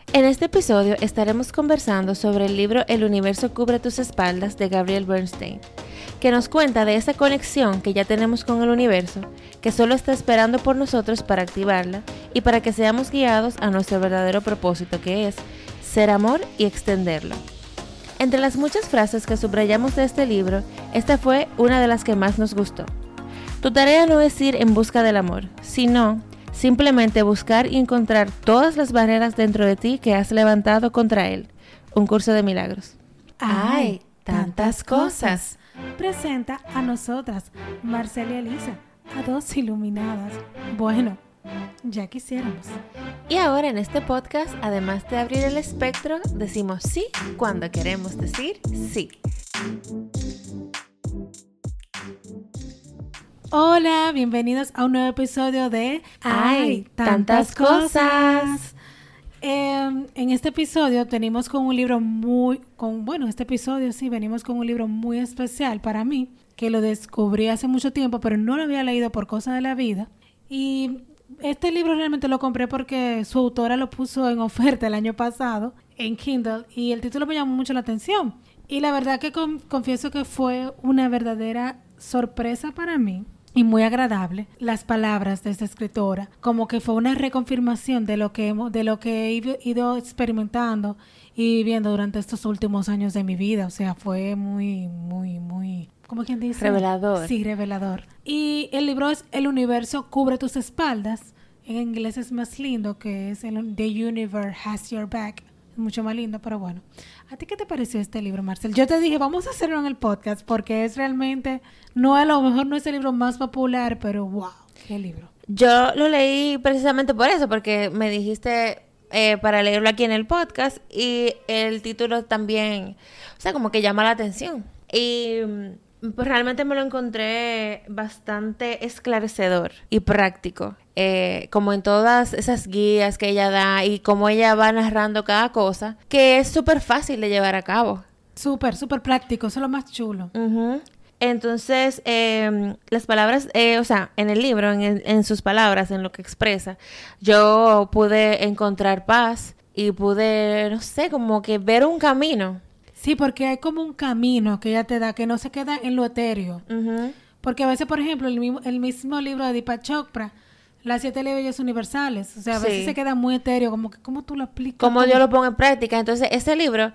En este episodio estaremos conversando sobre el libro El universo cubre tus espaldas de Gabrielle Bernstein, que nos cuenta de esa conexión que ya tenemos con el universo, que solo está esperando por nosotros para activarla y para que seamos guiados a nuestro verdadero propósito, que es ser amor y extenderlo. Entre las muchas frases que subrayamos de este libro, esta fue una de las que más nos gustó. Tu tarea no es ir en busca del amor, sino simplemente buscar y encontrar todas las barreras dentro de ti que has levantado contra él. Un curso de milagros. ¡Ay, tantas cosas! Presenta a nosotras, Marcela y Elisa, a dos iluminadas. Bueno, ya quisiéramos. Y ahora en este podcast, además de abrir el espectro, decimos sí cuando queremos decir sí. Hola, bienvenidos a un nuevo episodio de ¡Ay, tantas cosas! En este episodio venimos con un libro venimos con un libro muy especial para mí, que lo descubrí hace mucho tiempo, pero no lo había leído por cosas de la vida. Y este libro realmente lo compré porque su autora lo puso en oferta el año pasado en Kindle y el título me llamó mucho la atención. Y la verdad que confieso que fue una verdadera sorpresa para mí. Y muy agradable las palabras de esta escritora, como que fue una reconfirmación de lo que he ido experimentando y viviendo durante estos últimos años de mi vida. O sea, fue muy, ¿cómo quien dice? Revelador. Sí, revelador. Y el libro es El universo cubre tus espaldas. En inglés es más lindo, que es The Universe Has Your Back. Es mucho más lindo, pero bueno. ¿A ti qué te pareció este libro, Marcel? Yo te dije, vamos a hacerlo en el podcast, porque es realmente, a lo mejor no es el libro más popular, pero wow, qué libro. Yo lo leí precisamente por eso, porque me dijiste para leerlo aquí en el podcast y el título también, o sea, como que llama la atención. Y pues realmente me lo encontré bastante esclarecedor y práctico. Como en todas esas guías que ella da y como ella va narrando cada cosa, que es súper fácil de llevar a cabo. Súper práctico, eso es lo más chulo. Uh-huh. Entonces, las palabras, en el libro, en sus palabras, en lo que expresa, yo pude encontrar paz y pude, no sé, como que ver un camino. Sí, porque hay como un camino que ella te da, que no se queda en lo etéreo. Uh-huh. Porque a veces, por ejemplo, el mismo libro de Deepak Chopra, Las 7 leyes universales, o sea, a veces se queda muy etéreo, como que ¿cómo tú lo aplicas? Como yo lo pongo en práctica. Entonces, este libro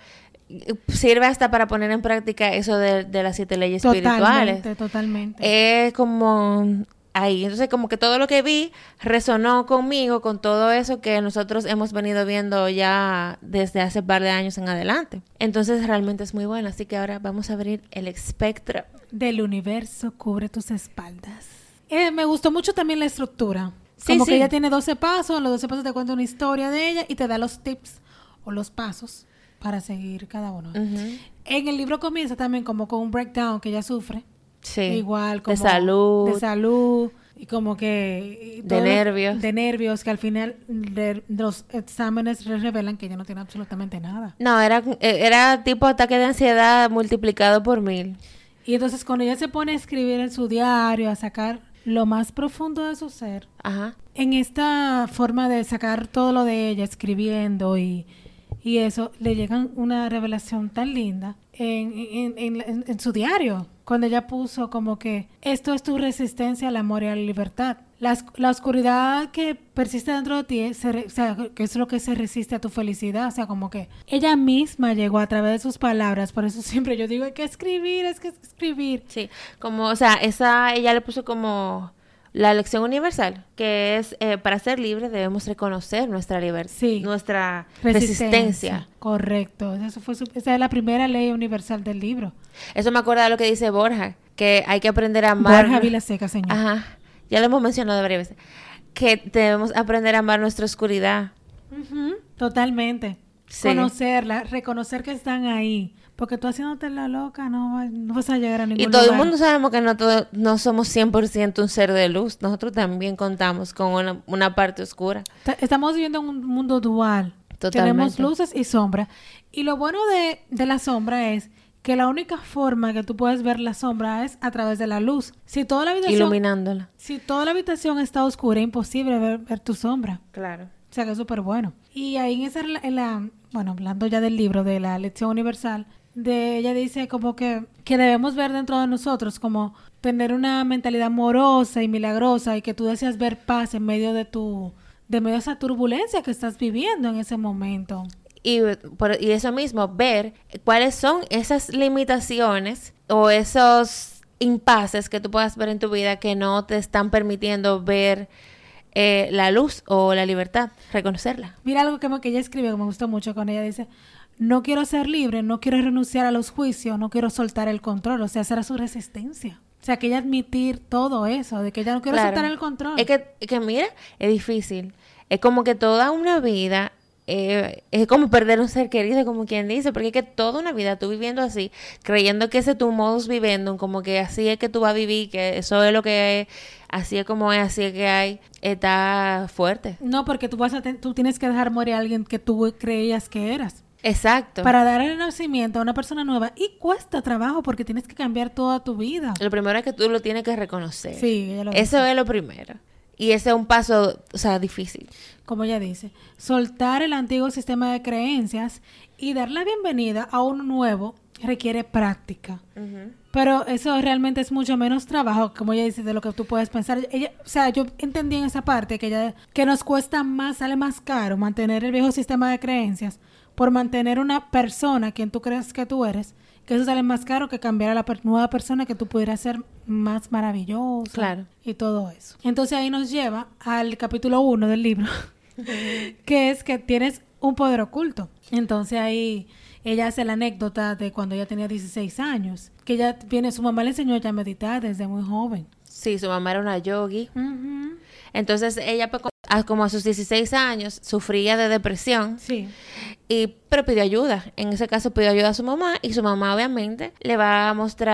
sirve hasta para poner en práctica eso de las 7 leyes espirituales. Totalmente. Es como ahí. Entonces, como que todo lo que vi resonó conmigo, con todo eso que nosotros hemos venido viendo ya desde hace par de años en adelante. Entonces, realmente es muy bueno. Así que ahora vamos a abrir el espectro. Del universo cubre tus espaldas. Me gustó mucho también la estructura. Sí, como sí. que ella tiene 12 pasos. Los 12 pasos te cuentan una historia de ella y te da los tips o los pasos para seguir cada uno. Uh-huh. En el libro comienza también como con un breakdown que ella sufre. Sí. Igual como de salud y como que de nervios que al final los exámenes revelan que ella no tiene absolutamente nada. No, era tipo ataque de ansiedad multiplicado por 1000. Y entonces cuando ella se pone a escribir en su diario, a sacar lo más profundo de su ser, ajá, en esta forma de sacar todo lo de ella escribiendo y eso, le llega una revelación tan linda en su diario, cuando ella puso como que esto es tu resistencia al amor y a la libertad. La oscuridad que persiste dentro de ti, que es lo que se resiste a tu felicidad. O sea, como que ella misma llegó a través de sus palabras. Por eso siempre yo digo, hay que escribir. Sí, como, o sea, ella le puso como la lección universal, que es para ser libres debemos reconocer nuestra libertad, sí, nuestra resistencia. Correcto, esa es la primera ley universal del libro. Eso me acuerda de lo que dice Borja, que hay que aprender a amar. Borja Vilaseca, señor. Ajá, ya lo hemos mencionado varias veces, que debemos aprender a amar nuestra oscuridad. Uh-huh, totalmente. Sí. Conocerla, reconocer que están ahí. Porque tú haciéndote la loca no vas a llegar a ningún lugar. Y todo el mundo sabemos que no somos 100% un ser de luz. Nosotros también contamos con una parte oscura. Estamos viviendo en un mundo dual. Totalmente. Tenemos luces y sombras. Y lo bueno de la sombra es que la única forma que tú puedes ver la sombra es a través de la luz. Si toda la habitación, iluminándola. Si toda la habitación está oscura, es imposible ver tu sombra. Claro. sea, que es súper bueno. Y ahí bueno, hablando ya del libro, de la lección universal, ella dice como que debemos ver dentro de nosotros como tener una mentalidad amorosa y milagrosa y que tú deseas ver paz en medio de esa turbulencia que estás viviendo en ese momento. Y eso mismo, ver cuáles son esas limitaciones o esos impases que tú puedas ver en tu vida que no te están permitiendo ver la luz o la libertad, reconocerla. Mira algo que ella escribe que me gustó mucho cuando ella dice: no quiero ser libre, no quiero renunciar a los juicios, no quiero soltar el control. O sea, esa era su resistencia. O sea, que ella admitir todo eso, de que ella no quiere soltar el control. Es que mira, es difícil. Es como que toda una vida, es como perder un ser querido, como quien dice, porque es que toda una vida tú viviendo así, creyendo que ese es tu modus vivendi, como que así es que tú vas a vivir, que eso es lo que es, así es como es, así es que hay, está fuerte. No, porque tú tienes que dejar morir a alguien que tú creías que eras. Exacto. Para dar el nacimiento a una persona nueva. Y cuesta trabajo porque tienes que cambiar toda tu vida. Lo primero es que tú lo tienes que reconocer. Sí, ella lo dice. Eso es lo primero. Y ese es un paso, o sea, difícil. Como ella dice, soltar el antiguo sistema de creencias y dar la bienvenida a uno nuevo requiere práctica. Uh-huh. Pero eso realmente es mucho menos trabajo, como ella dice, de lo que tú puedes pensar. O sea, yo entendí en esa parte que nos cuesta más, sale más caro mantener el viejo sistema de creencias por mantener una persona quien tú crees que tú eres, que eso sale más caro que cambiar a la nueva persona que tú pudieras ser más maravillosa. Claro. Y todo eso. Entonces ahí nos lleva al capítulo 1 del libro, que es que tienes un poder oculto. Entonces ahí ella hace la anécdota de cuando ella tenía 16 años, que su mamá le enseñó ya a meditar desde muy joven. Sí, su mamá era una yogi. Uh-huh. Entonces ella como a sus 16 años sufría de depresión. Sí. Pero pidió ayuda. En ese caso pidió ayuda a su mamá y su mamá obviamente le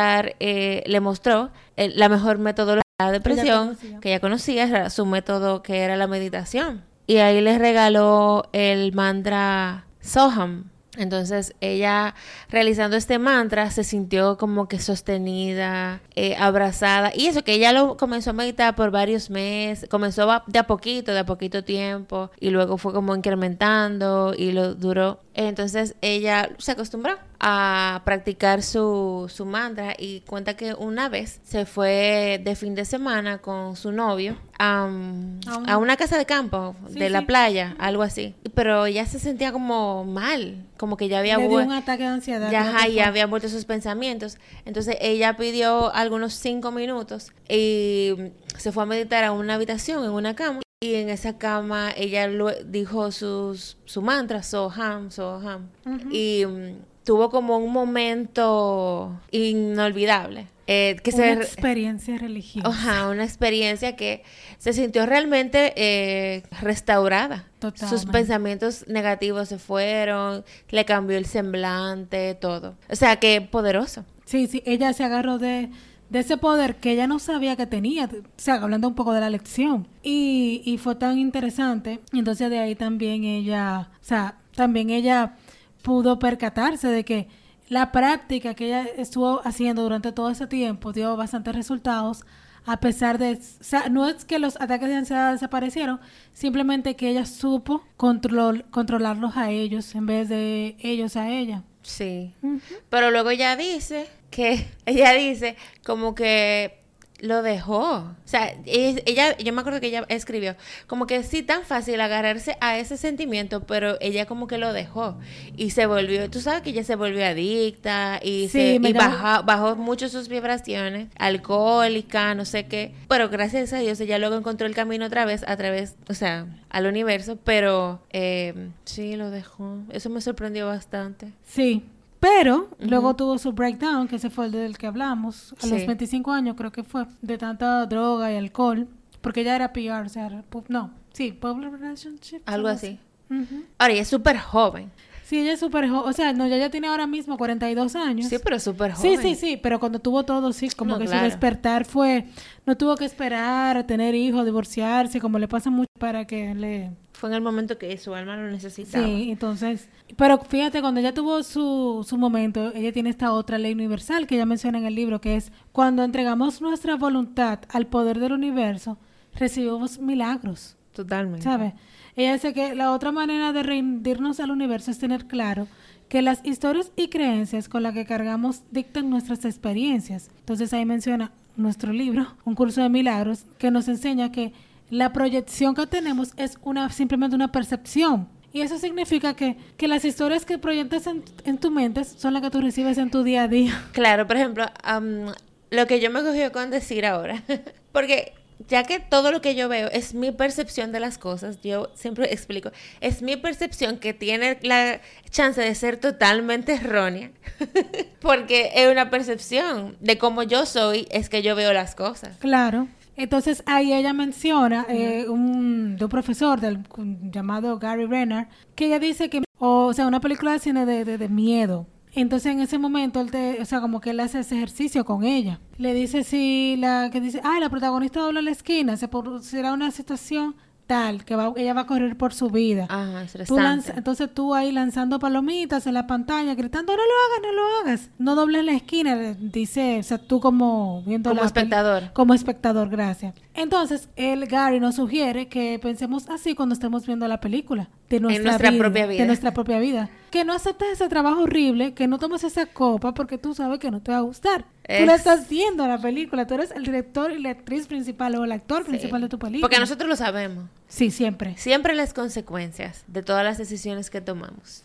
mostró la mejor metodología de la depresión que ella conocía, era su método que era la meditación. Y ahí les regaló el mantra Soham. Entonces ella realizando este mantra se sintió como que sostenida, abrazada, y eso que ella lo comenzó a meditar por varios meses, comenzó de a poquito tiempo, y luego fue como incrementando y lo duró. Entonces ella se acostumbró a practicar su mantra y cuenta que una vez se fue de fin de semana con su novio a una casa de campo de la playa, algo así. Pero ella se sentía como mal, como que ya había le dio un ataque de ansiedad. Ya había muerto sus pensamientos. Entonces ella pidió algunos 5 minutos y se fue a meditar a una habitación, en una cama. Y en esa cama ella dijo su mantra, Soham, Soham. Uh-huh. Y tuvo como un momento inolvidable. Una experiencia religiosa. Ajá, una experiencia que se sintió realmente restaurada. Totalmente. Sus pensamientos negativos se fueron, le cambió el semblante, todo. O sea, que poderoso. Sí, ella se agarró de ese poder que ella no sabía que tenía, o sea, hablando un poco de la lección. Y fue tan interesante. Entonces de ahí también ella pudo percatarse de que la práctica que ella estuvo haciendo durante todo ese tiempo dio bastantes resultados, a pesar de, o sea, no es que los ataques de ansiedad desaparecieron, simplemente que ella supo controlarlos a ellos en vez de ellos a ella. Sí. Uh-huh. Pero luego ella dice como que lo dejó. O sea, yo me acuerdo que ella escribió como que sí, tan fácil agarrarse a ese sentimiento, pero ella como que lo dejó y se volvió, tú sabes que ella se volvió adicta y bajó mucho sus vibraciones, alcohólica, no sé qué, pero gracias a Dios ella luego encontró el camino otra vez a través, o sea, al universo, pero sí, lo dejó. Eso me sorprendió bastante. Sí. Pero luego tuvo su breakdown, que ese fue el del que hablamos, a los 25 años creo que fue, de tanta droga y alcohol, porque ella era PR, o sea, Public Relationship. Algo así. Uh-huh. Ahora, ella es súper joven. Sí, ella es súper joven, o sea, no, ella tiene ahora mismo 42 años. Sí, pero súper joven. Sí, pero cuando tuvo todo, sí, como que claro. Su despertar fue, no tuvo que esperar a tener hijos, divorciarse, como le pasa mucho para que le... Fue en el momento que su alma lo necesitaba. Sí, entonces... Pero fíjate, cuando ella tuvo su momento, ella tiene esta otra ley universal que ella menciona en el libro, que es cuando entregamos nuestra voluntad al poder del universo, recibimos milagros. Totalmente. ¿Sabes? Ella dice que la otra manera de rendirnos al universo es tener claro que las historias y creencias con las que cargamos dictan nuestras experiencias. Entonces ahí menciona nuestro libro, Un curso de milagros, que nos enseña que la proyección que tenemos es simplemente una percepción. Y eso significa que las historias que proyectas en tu mente son las que tú recibes en tu día a día. Claro, por ejemplo, lo que yo me cogió con decir ahora, porque ya que todo lo que yo veo es mi percepción de las cosas, yo siempre explico, es mi percepción que tiene la chance de ser totalmente errónea, porque es una percepción de cómo yo soy, es que yo veo las cosas. Claro. Entonces ahí ella menciona de un profesor llamado Gary Renner, que ella dice que, o sea, una película de cine de miedo. Entonces en ese momento como que él hace ese ejercicio con ella. Le dice la protagonista dobla la esquina, se producirá una situación tal que ella va a correr por su vida. Ajá, estresante. Entonces tú ahí lanzando palomitas en la pantalla, gritando, no lo hagas, no dobles la esquina, dice, o sea, tú como viendo como espectador. Como espectador, gracias. Entonces, Gary nos sugiere que pensemos así cuando estemos viendo la película de nuestra propia vida. De nuestra propia vida. Que no aceptes ese trabajo horrible, que no tomes esa copa porque tú sabes que no te va a gustar. Tú la estás viendo la película, tú eres el director y la actriz principal o el actor principal de tu película. Porque nosotros lo sabemos. Sí, siempre. Siempre las consecuencias de todas las decisiones que tomamos.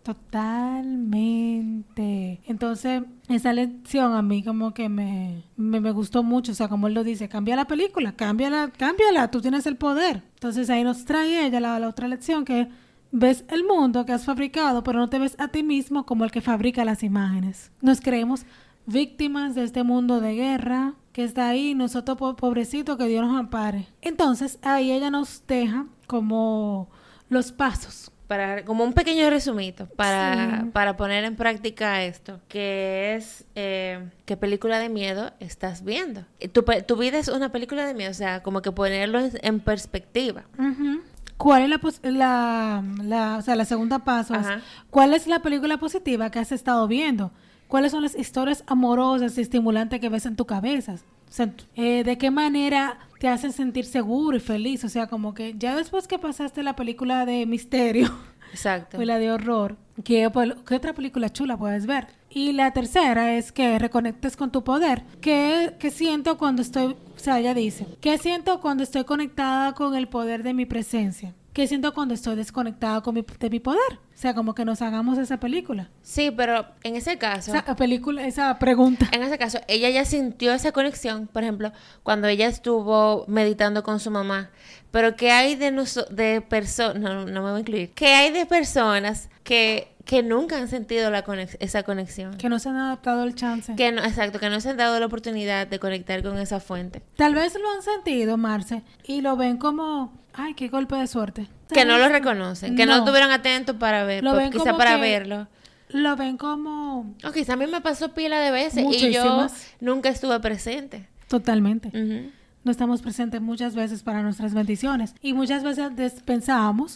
Totalmente. Entonces, esa lección a mí como que me gustó mucho. O sea, como él lo dice, cambia la película, cámbiala, tú tienes el poder. Entonces ahí nos trae ella la otra lección que ves el mundo que has fabricado, pero no te ves a ti mismo como el que fabrica las imágenes. Nos creemos víctimas de este mundo de guerra que está ahí, nosotros pobrecitos, que Dios nos ampare. Entonces ahí ella nos deja como los pasos. Como un pequeño resumito para poner en práctica esto, que es qué película de miedo estás viendo. Tu vida es una película de miedo, o sea, como que ponerlo en perspectiva. Uh-huh. ¿Cuál es la segunda paso? ¿Cuál es la película positiva que has estado viendo? ¿Cuáles son las historias amorosas y estimulantes que ves en tu cabeza? O sea, ¿de qué manera te hacen sentir seguro y feliz? O sea, como que ya después que pasaste la película de misterio, exacto, o la de horror, ¿qué otra película chula puedes ver? Y la tercera es que reconectes con tu poder. ¿Qué siento cuando estoy, o sea, ella dice, ¿qué siento cuando estoy conectada con el poder de mi presencia? ¿Qué siento cuando estoy desconectada de mi poder? O sea, como que nos hagamos esa película. Sí, pero en ese caso... Esa pregunta. En ese caso, ella ya sintió esa conexión, por ejemplo, cuando ella estuvo meditando con su mamá. Pero ¿qué hay de personas... No me voy a incluir. ¿Qué hay de personas que nunca han sentido esa conexión? Que no se han adaptado el chance. Exacto, que no se han dado la oportunidad de conectar con esa fuente. Tal vez lo han sentido, Marce, y lo ven como... Ay, qué golpe de suerte. Que no lo reconocen, que no estuvieron atentos para ver, quizá para verlo. Lo ven como... O quizá a mí me pasó pila de veces y yo nunca estuve presente. Totalmente. Uh-huh. No estamos presentes muchas veces para nuestras bendiciones. Y muchas veces pensamos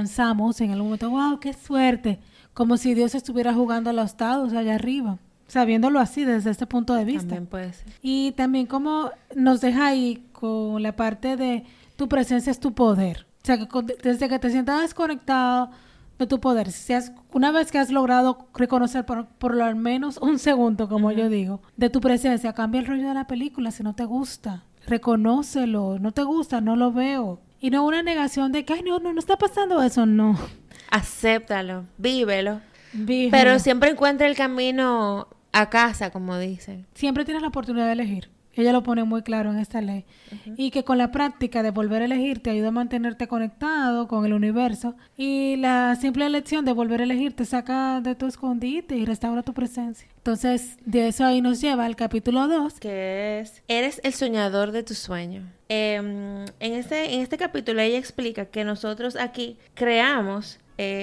en algún momento, wow, qué suerte. Como si Dios estuviera jugando a los dados allá arriba. Sabiéndolo así desde este punto de vista. También puede ser. Y también como nos deja ahí con la parte de tu presencia es tu poder. O sea, que desde que te sientas desconectado de tu poder, una vez que has logrado reconocer por lo menos un segundo, como yo digo, de tu presencia, cambia el rollo de la película si no te gusta. Reconócelo. No te gusta, no lo veo. Y no una negación de que, ay, no está pasando eso, no. Acéptalo, vívelo. Pero siempre encuentra el camino a casa, como dicen. Siempre tienes la oportunidad de elegir. Ella lo pone muy claro en esta ley. Uh-huh. Y que con la práctica de volver a elegir te ayuda a mantenerte conectado con el universo. Y la simple elección de volver a elegir te saca de tu escondite y restaura tu presencia. Entonces, de eso ahí nos lleva al capítulo 2. Que es, eres el soñador de tu sueño. En este capítulo ella explica que nosotros aquí creamos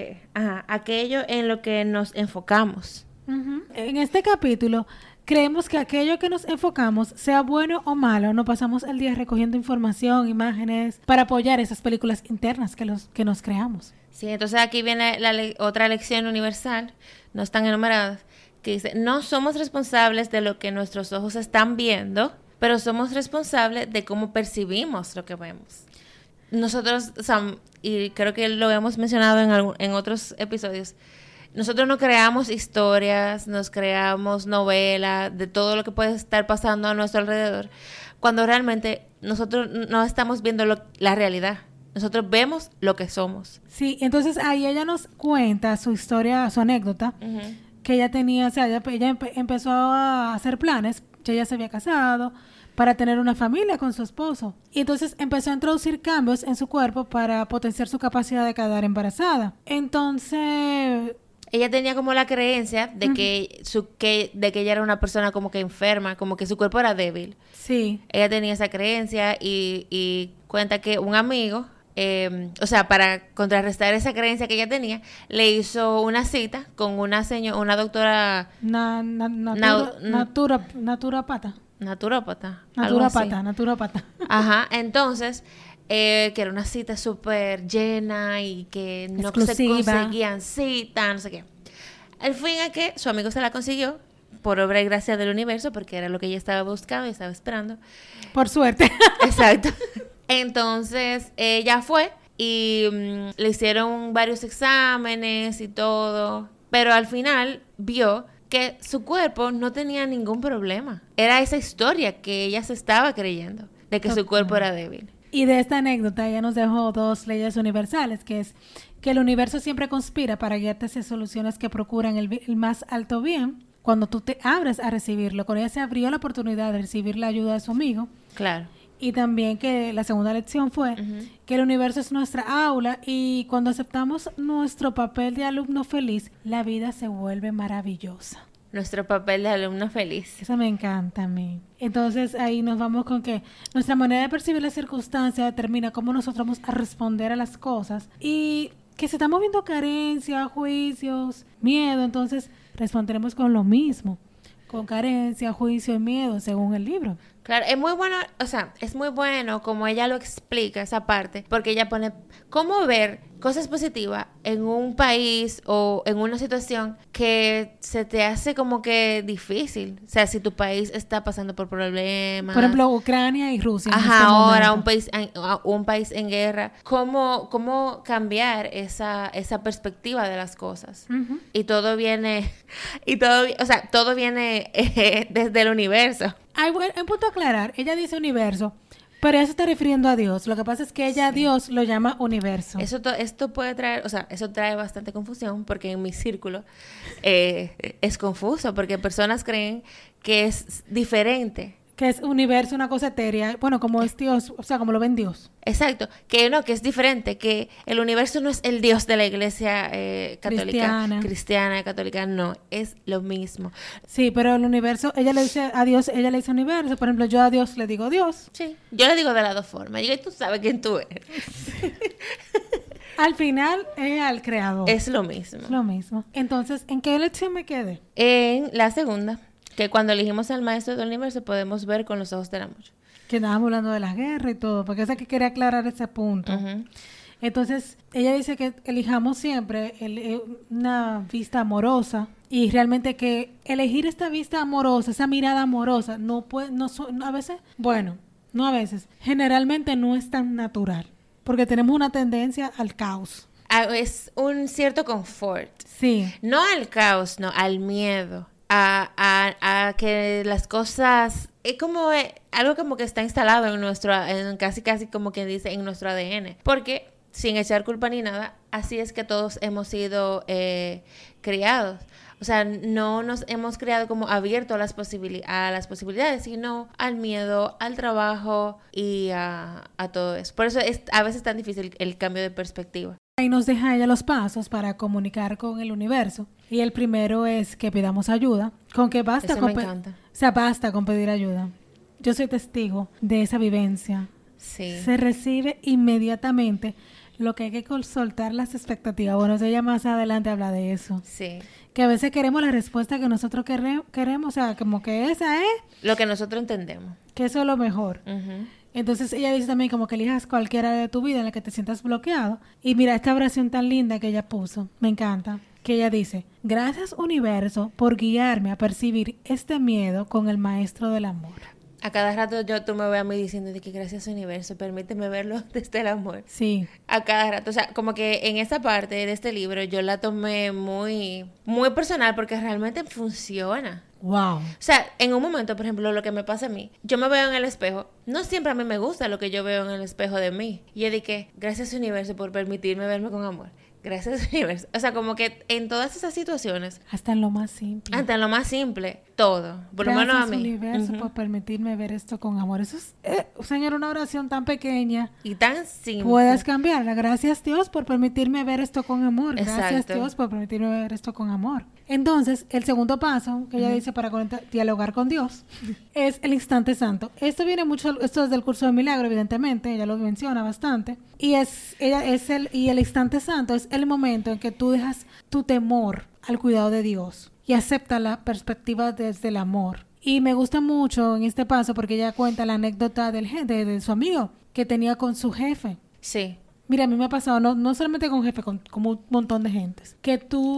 aquello en lo que nos enfocamos. Uh-huh. En este capítulo... creemos que aquello que nos enfocamos, sea bueno o malo, no pasamos el día recogiendo información, imágenes, para apoyar esas películas internas que nos creamos. Sí, entonces aquí viene otra lección universal, no están enumeradas, que dice, no somos responsables de lo que nuestros ojos están viendo, pero somos responsables de cómo percibimos lo que vemos. nosotros, o sea, y creo que lo hemos mencionado en otros episodios, nosotros no creamos historias, nos creamos novelas de todo lo que puede estar pasando a nuestro alrededor, cuando realmente nosotros no estamos viendo la realidad. Nosotros vemos lo que somos. Sí, entonces ahí ella nos cuenta su historia, su anécdota, que ella tenía, o sea, ella empezó a hacer planes, que ella se había casado para tener una familia con su esposo. Y entonces empezó a introducir cambios en su cuerpo para potenciar su capacidad de quedar embarazada. Entonces... ella tenía como la creencia de que ella era una persona como que enferma, como que su cuerpo era débil. Sí. Ella tenía esa creencia y cuenta que un amigo, o sea, para contrarrestar esa creencia que ella tenía, le hizo una cita con una doctora... naturópata. Naturópata. Ajá, entonces... que era una cita súper llena y que no se conseguían cita, no sé qué. Al fin es que su amigo se la consiguió por obra y gracia del universo, porque era lo que ella estaba buscando y estaba esperando. Por suerte. Exacto. Entonces ella fue y le hicieron varios exámenes y todo, pero al final vio que su cuerpo no tenía ningún problema. Era esa historia que ella se estaba creyendo, de que su cuerpo era débil. Y de esta anécdota ella nos dejó 2 leyes universales, que es que el universo siempre conspira para guiarte hacia soluciones que procuran el más alto bien cuando tú te abres a recibirlo. Con ella se abrió la oportunidad de recibir la ayuda de su amigo. Claro. Y también que la segunda lección fue que el universo es nuestra aula y cuando aceptamos nuestro papel de alumno feliz, la vida se vuelve maravillosa. Nuestro papel de alumno feliz. Eso me encanta a mí. Entonces ahí nos vamos con que nuestra manera de percibir las circunstancias determina cómo nosotros vamos a responder a las cosas y que si estamos viendo carencia, juicios, miedo, entonces responderemos con lo mismo, con carencia, juicio y miedo, según el libro. Claro, es muy bueno, o sea, es muy bueno como ella lo explica esa parte, porque ella pone cómo ver cosas positivas en un país o en una situación que se te hace como que difícil. O sea, si tu país está pasando por problemas. Por ejemplo, Ucrania y Rusia. Ajá, ahora un país en guerra. ¿Cómo cambiar esa perspectiva de las cosas? Y todo viene, todo viene desde el universo. Hay un punto a aclarar. Ella dice universo, pero ella se está refiriendo a Dios. Lo que pasa es que ella a Dios lo llama universo. Esto puede traer, o sea, eso trae bastante confusión porque en mi círculo es confuso porque personas creen que es diferente. Que es universo, una cosa etérea. Bueno, como es Dios, o sea, como lo ven Dios. Exacto. Que no, que es diferente. Que el universo no es el Dios de la iglesia cristiana, católica. No, es lo mismo. Sí, pero el universo, ella le dice a Dios, ella le dice universo. Por ejemplo, yo a Dios le digo Dios. Sí, yo le digo de las 2 formas. Y tú sabes quién tú eres. Al final es al creador. Es lo mismo. Es lo mismo. Entonces, ¿en qué lección me quedé? En la segunda. Que cuando elegimos al maestro del universo podemos ver con los ojos del amor. Que estábamos hablando de la guerra y todo, porque esa que quería aclarar ese punto. Entonces, ella dice que elijamos siempre una vista amorosa y realmente que elegir esta vista amorosa, esa mirada amorosa, generalmente no es tan natural, porque tenemos una tendencia al caos. Es un cierto confort. Sí. No al caos, no, al miedo. A que las cosas es como algo como que está instalado en casi como quien dice en nuestro ADN, porque sin echar culpa ni nada, así es que todos hemos sido criados. O sea, no nos hemos criado como abierto a las posibilidades, sino al miedo, al trabajo y a todo eso. Por eso es a veces tan difícil el cambio de perspectiva. Ahí nos deja ella los pasos para comunicar con el universo. Y el primero es que pidamos ayuda. Con que basta me encanta. O sea, basta con pedir ayuda. Yo soy testigo de esa vivencia. Sí. Se recibe inmediatamente. Lo que hay que soltar las expectativas. Bueno, ella más adelante habla de eso. Sí. Que a veces queremos la respuesta que nosotros queremos. O sea, como que esa es... lo que nosotros entendemos. Que eso es lo mejor. Entonces ella dice también como que elijas cualquier área de tu vida en la que te sientas bloqueado. Y mira esta oración tan linda que ella puso. Me encanta. Que ella dice: gracias universo por guiarme a percibir este miedo con el maestro del amor. A cada rato tú me ves a mí diciendo de que gracias universo, permíteme verlo desde el amor. Sí. A cada rato, o sea, como que en esa parte de este libro yo la tomé muy, muy personal porque realmente funciona. Wow. O sea, en un momento, por ejemplo, lo que me pasa a mí, yo me veo en el espejo, no siempre a mí me gusta lo que yo veo en el espejo de mí. Y yo dije, gracias universo por permitirme verme con amor. Gracias universo. O sea, como que en todas esas situaciones. Hasta en lo más simple. Hasta en lo más simple, todo. Por lo menos a mí. Gracias universo por permitirme ver esto con amor. Eso es, Señor, una oración tan pequeña. Y tan simple. Puedes cambiarla. Gracias Dios por permitirme ver esto con amor. Gracias Exacto. Dios por permitirme ver esto con amor. Entonces, el segundo paso que ella dice para dialogar con Dios es el instante santo. Esto viene mucho, esto es del curso de milagro, evidentemente, ella lo menciona bastante. Y el instante santo es el momento en que tú dejas tu temor al cuidado de Dios y acepta la perspectiva desde el amor. Y me gusta mucho en este paso porque ella cuenta la anécdota de su amigo que tenía con su jefe. Sí. Mira, a mí me ha pasado, no solamente con jefe, con un montón de gentes, que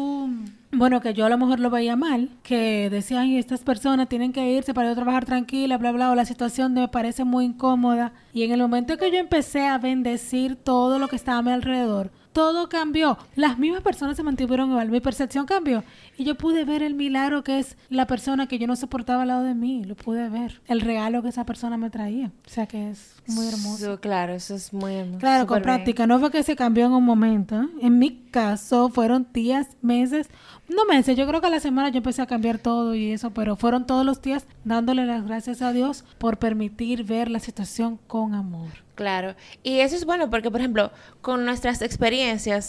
que yo a lo mejor lo veía mal, que decían, ay, estas personas tienen que irse para yo trabajar tranquila, bla, bla, o la situación me parece muy incómoda. Y en el momento que yo empecé a bendecir todo lo que estaba a mi alrededor, todo cambió. Las mismas personas se mantuvieron igual. Mi percepción cambió. Y yo pude ver el milagro que es la persona que yo no soportaba al lado de mí. Lo pude ver. El regalo que esa persona me traía. O sea que es muy hermoso. Claro, eso es muy hermoso. Claro, con práctica. No fue que se cambió en un momento. En mi caso fueron días, meses. No meses. Yo creo que a la semana yo empecé a cambiar todo y eso. Pero fueron todos los días dándole las gracias a Dios por permitir ver la situación con amor. Claro, y eso es bueno porque, por ejemplo, con nuestras experiencias,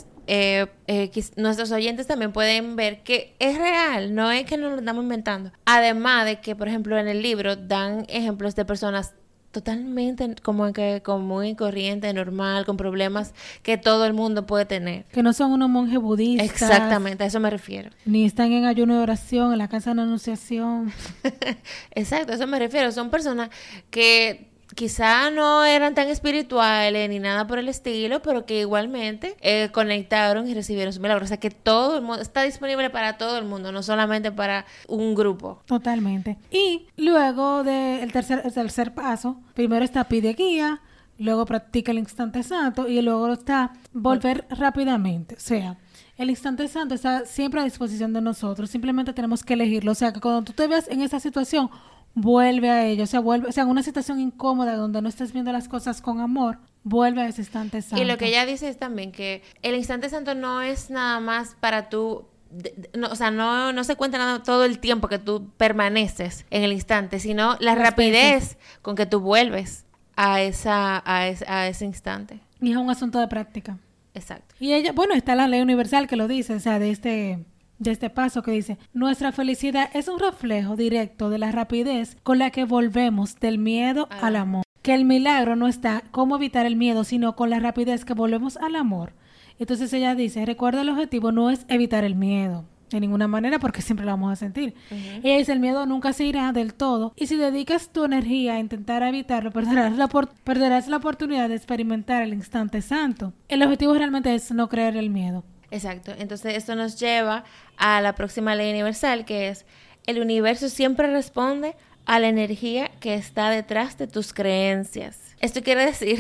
nuestros oyentes también pueden ver que es real, no es que nos lo estamos inventando. Además de que, por ejemplo, en el libro dan ejemplos de personas totalmente como que común y corriente, normal, con problemas que todo el mundo puede tener. Que no son unos monjes budistas. Exactamente, a eso me refiero. Ni están en ayuno de oración, en la casa de la anunciación. Exacto, a eso me refiero. Son personas que quizá no eran tan espirituales ni nada por el estilo, pero que igualmente conectaron y recibieron su milagro. O sea que todo el mundo está disponible para todo el mundo, no solamente para un grupo. Totalmente. Y luego el tercer paso, primero está pide guía, luego practica el instante santo y luego está volver rápidamente. O sea, el instante santo está siempre a disposición de nosotros, simplemente tenemos que elegirlo. O sea que cuando tú te veas en esa situación, vuelve a ello, o sea, en una situación incómoda donde no estés viendo las cosas con amor, vuelve a ese instante santo. Y lo que ella dice es también que el instante santo no es nada más para tú, o sea, no se cuenta nada todo el tiempo que tú permaneces en el instante, sino la rapidez con que tú vuelves a ese instante. Y es un asunto de práctica. Exacto. Y ella, está la ley universal que lo dice, o sea, de este paso que dice, nuestra felicidad es un reflejo directo de la rapidez con la que volvemos del miedo al amor. Que el milagro no está cómo evitar el miedo, sino con la rapidez que volvemos al amor. Entonces ella dice, recuerda, el objetivo no es evitar el miedo de ninguna manera porque siempre lo vamos a sentir. Ella dice, el miedo nunca se irá del todo y si dedicas tu energía a intentar evitarlo, perderás la oportunidad de experimentar el instante santo. El objetivo realmente es no creer el miedo. Exacto. Entonces esto nos lleva a la próxima ley universal, que es el universo siempre responde a la energía que está detrás de tus creencias. Esto quiere decir...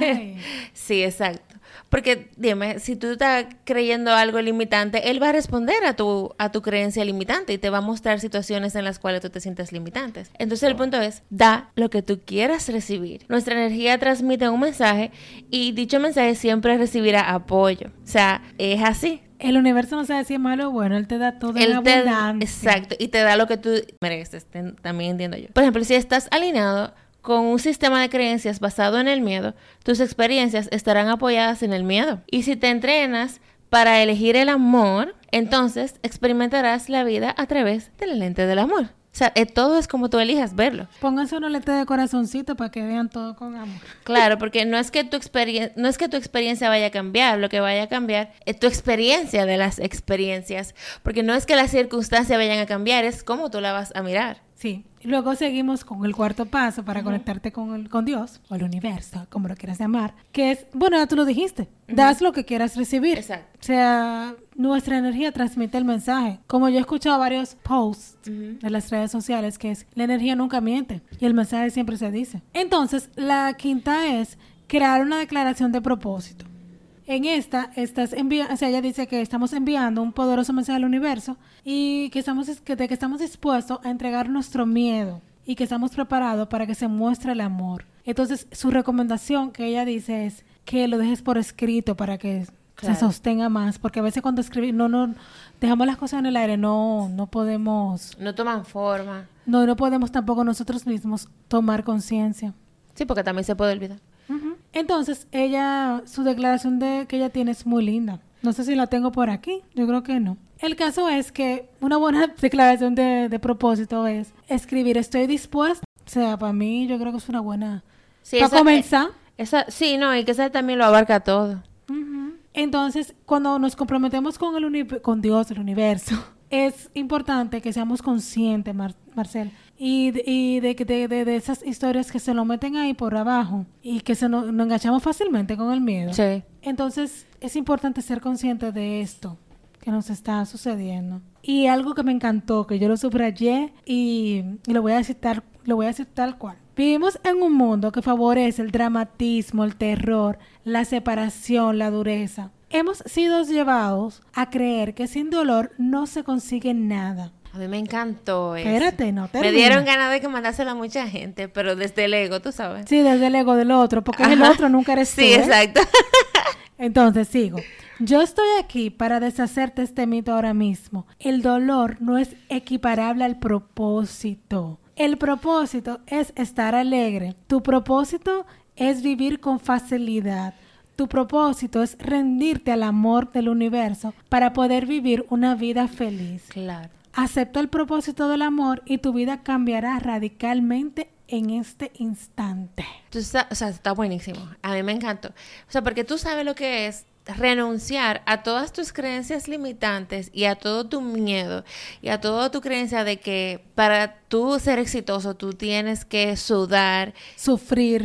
Sí, exacto. Porque dime, si tú estás creyendo algo limitante, él va a responder a tu creencia limitante y te va a mostrar situaciones en las cuales tú te sientes limitantes. Entonces el punto es, da lo que tú quieras recibir. Nuestra energía transmite un mensaje y dicho mensaje siempre recibirá apoyo. O sea, es así. El universo no sabe si es malo o bueno, él te da todo en abundancia. Exacto, y te da lo que tú mereces, también entiendo yo. Por ejemplo, si estás alineado con un sistema de creencias basado en el miedo, tus experiencias estarán apoyadas en el miedo. Y si te entrenas para elegir el amor, entonces experimentarás la vida a través del lente del amor. O sea, todo es como tú elijas verlo. Pónganse una letra de corazoncito para que vean todo con amor. Claro, porque no es que tu experiencia vaya a cambiar, lo que vaya a cambiar es tu experiencia de las experiencias, porque no es que las circunstancias vayan a cambiar, es cómo tú la vas a mirar. Sí. Luego seguimos con el cuarto paso para conectarte con Dios o el universo, como lo quieras llamar, que es, bueno, ya tú lo dijiste, das lo que quieras recibir. Exacto. O sea, nuestra energía transmite el mensaje. Como yo he escuchado varios posts de las redes sociales, que es, la energía nunca miente y el mensaje siempre se dice. Entonces, la quinta es crear una declaración de propósito. En esta, o sea, ella dice que estamos enviando un poderoso mensaje al universo y que estamos dispuestos a entregar nuestro miedo y que estamos preparados para que se muestre el amor. Entonces, su recomendación que ella dice es que lo dejes por escrito para que se sostenga más, porque a veces cuando escribimos, no dejamos las cosas en el aire, no podemos... No toman forma. No podemos tampoco nosotros mismos tomar conciencia. Sí, porque también se puede olvidar. Entonces, su declaración que ella tiene es muy linda. No sé si la tengo por aquí, yo creo que no. El caso es que una buena declaración de propósito es escribir, estoy dispuesta. O sea, para mí yo creo que es una buena... Sí, para comenzar. Sí, no, y que esa también lo abarca todo. Entonces, cuando nos comprometemos con Dios, el universo, es importante que seamos conscientes, Marcel, y de esas historias que se lo meten ahí por abajo y que nos enganchamos fácilmente con el miedo. Sí. Entonces, es importante ser consciente de esto que nos está sucediendo. Y algo que me encantó, que yo lo subrayé y lo voy a decir tal cual. Vivimos en un mundo que favorece el dramatismo, el terror, la separación, la dureza. Hemos sido llevados a creer que sin dolor no se consigue nada. A mí me encantó eso. Espérate, no termina. Me dieron ganas de que mandárselo a mucha gente, pero desde el ego, tú sabes. Sí, desde el ego del otro, porque es el otro, nunca eres tú. Sí, exacto. Entonces, sigo. Yo estoy aquí para deshacerte este mito ahora mismo. El dolor no es equiparable al propósito. El propósito es estar alegre. Tu propósito es vivir con facilidad. Tu propósito es rendirte al amor del universo para poder vivir una vida feliz. Claro. Acepta el propósito del amor y tu vida cambiará radicalmente en este instante. O sea, está buenísimo. A mí me encantó. O sea, porque tú sabes lo que es renunciar a todas tus creencias limitantes y a todo tu miedo y a toda tu creencia de que para tú ser exitoso tú tienes que sudar, sufrir,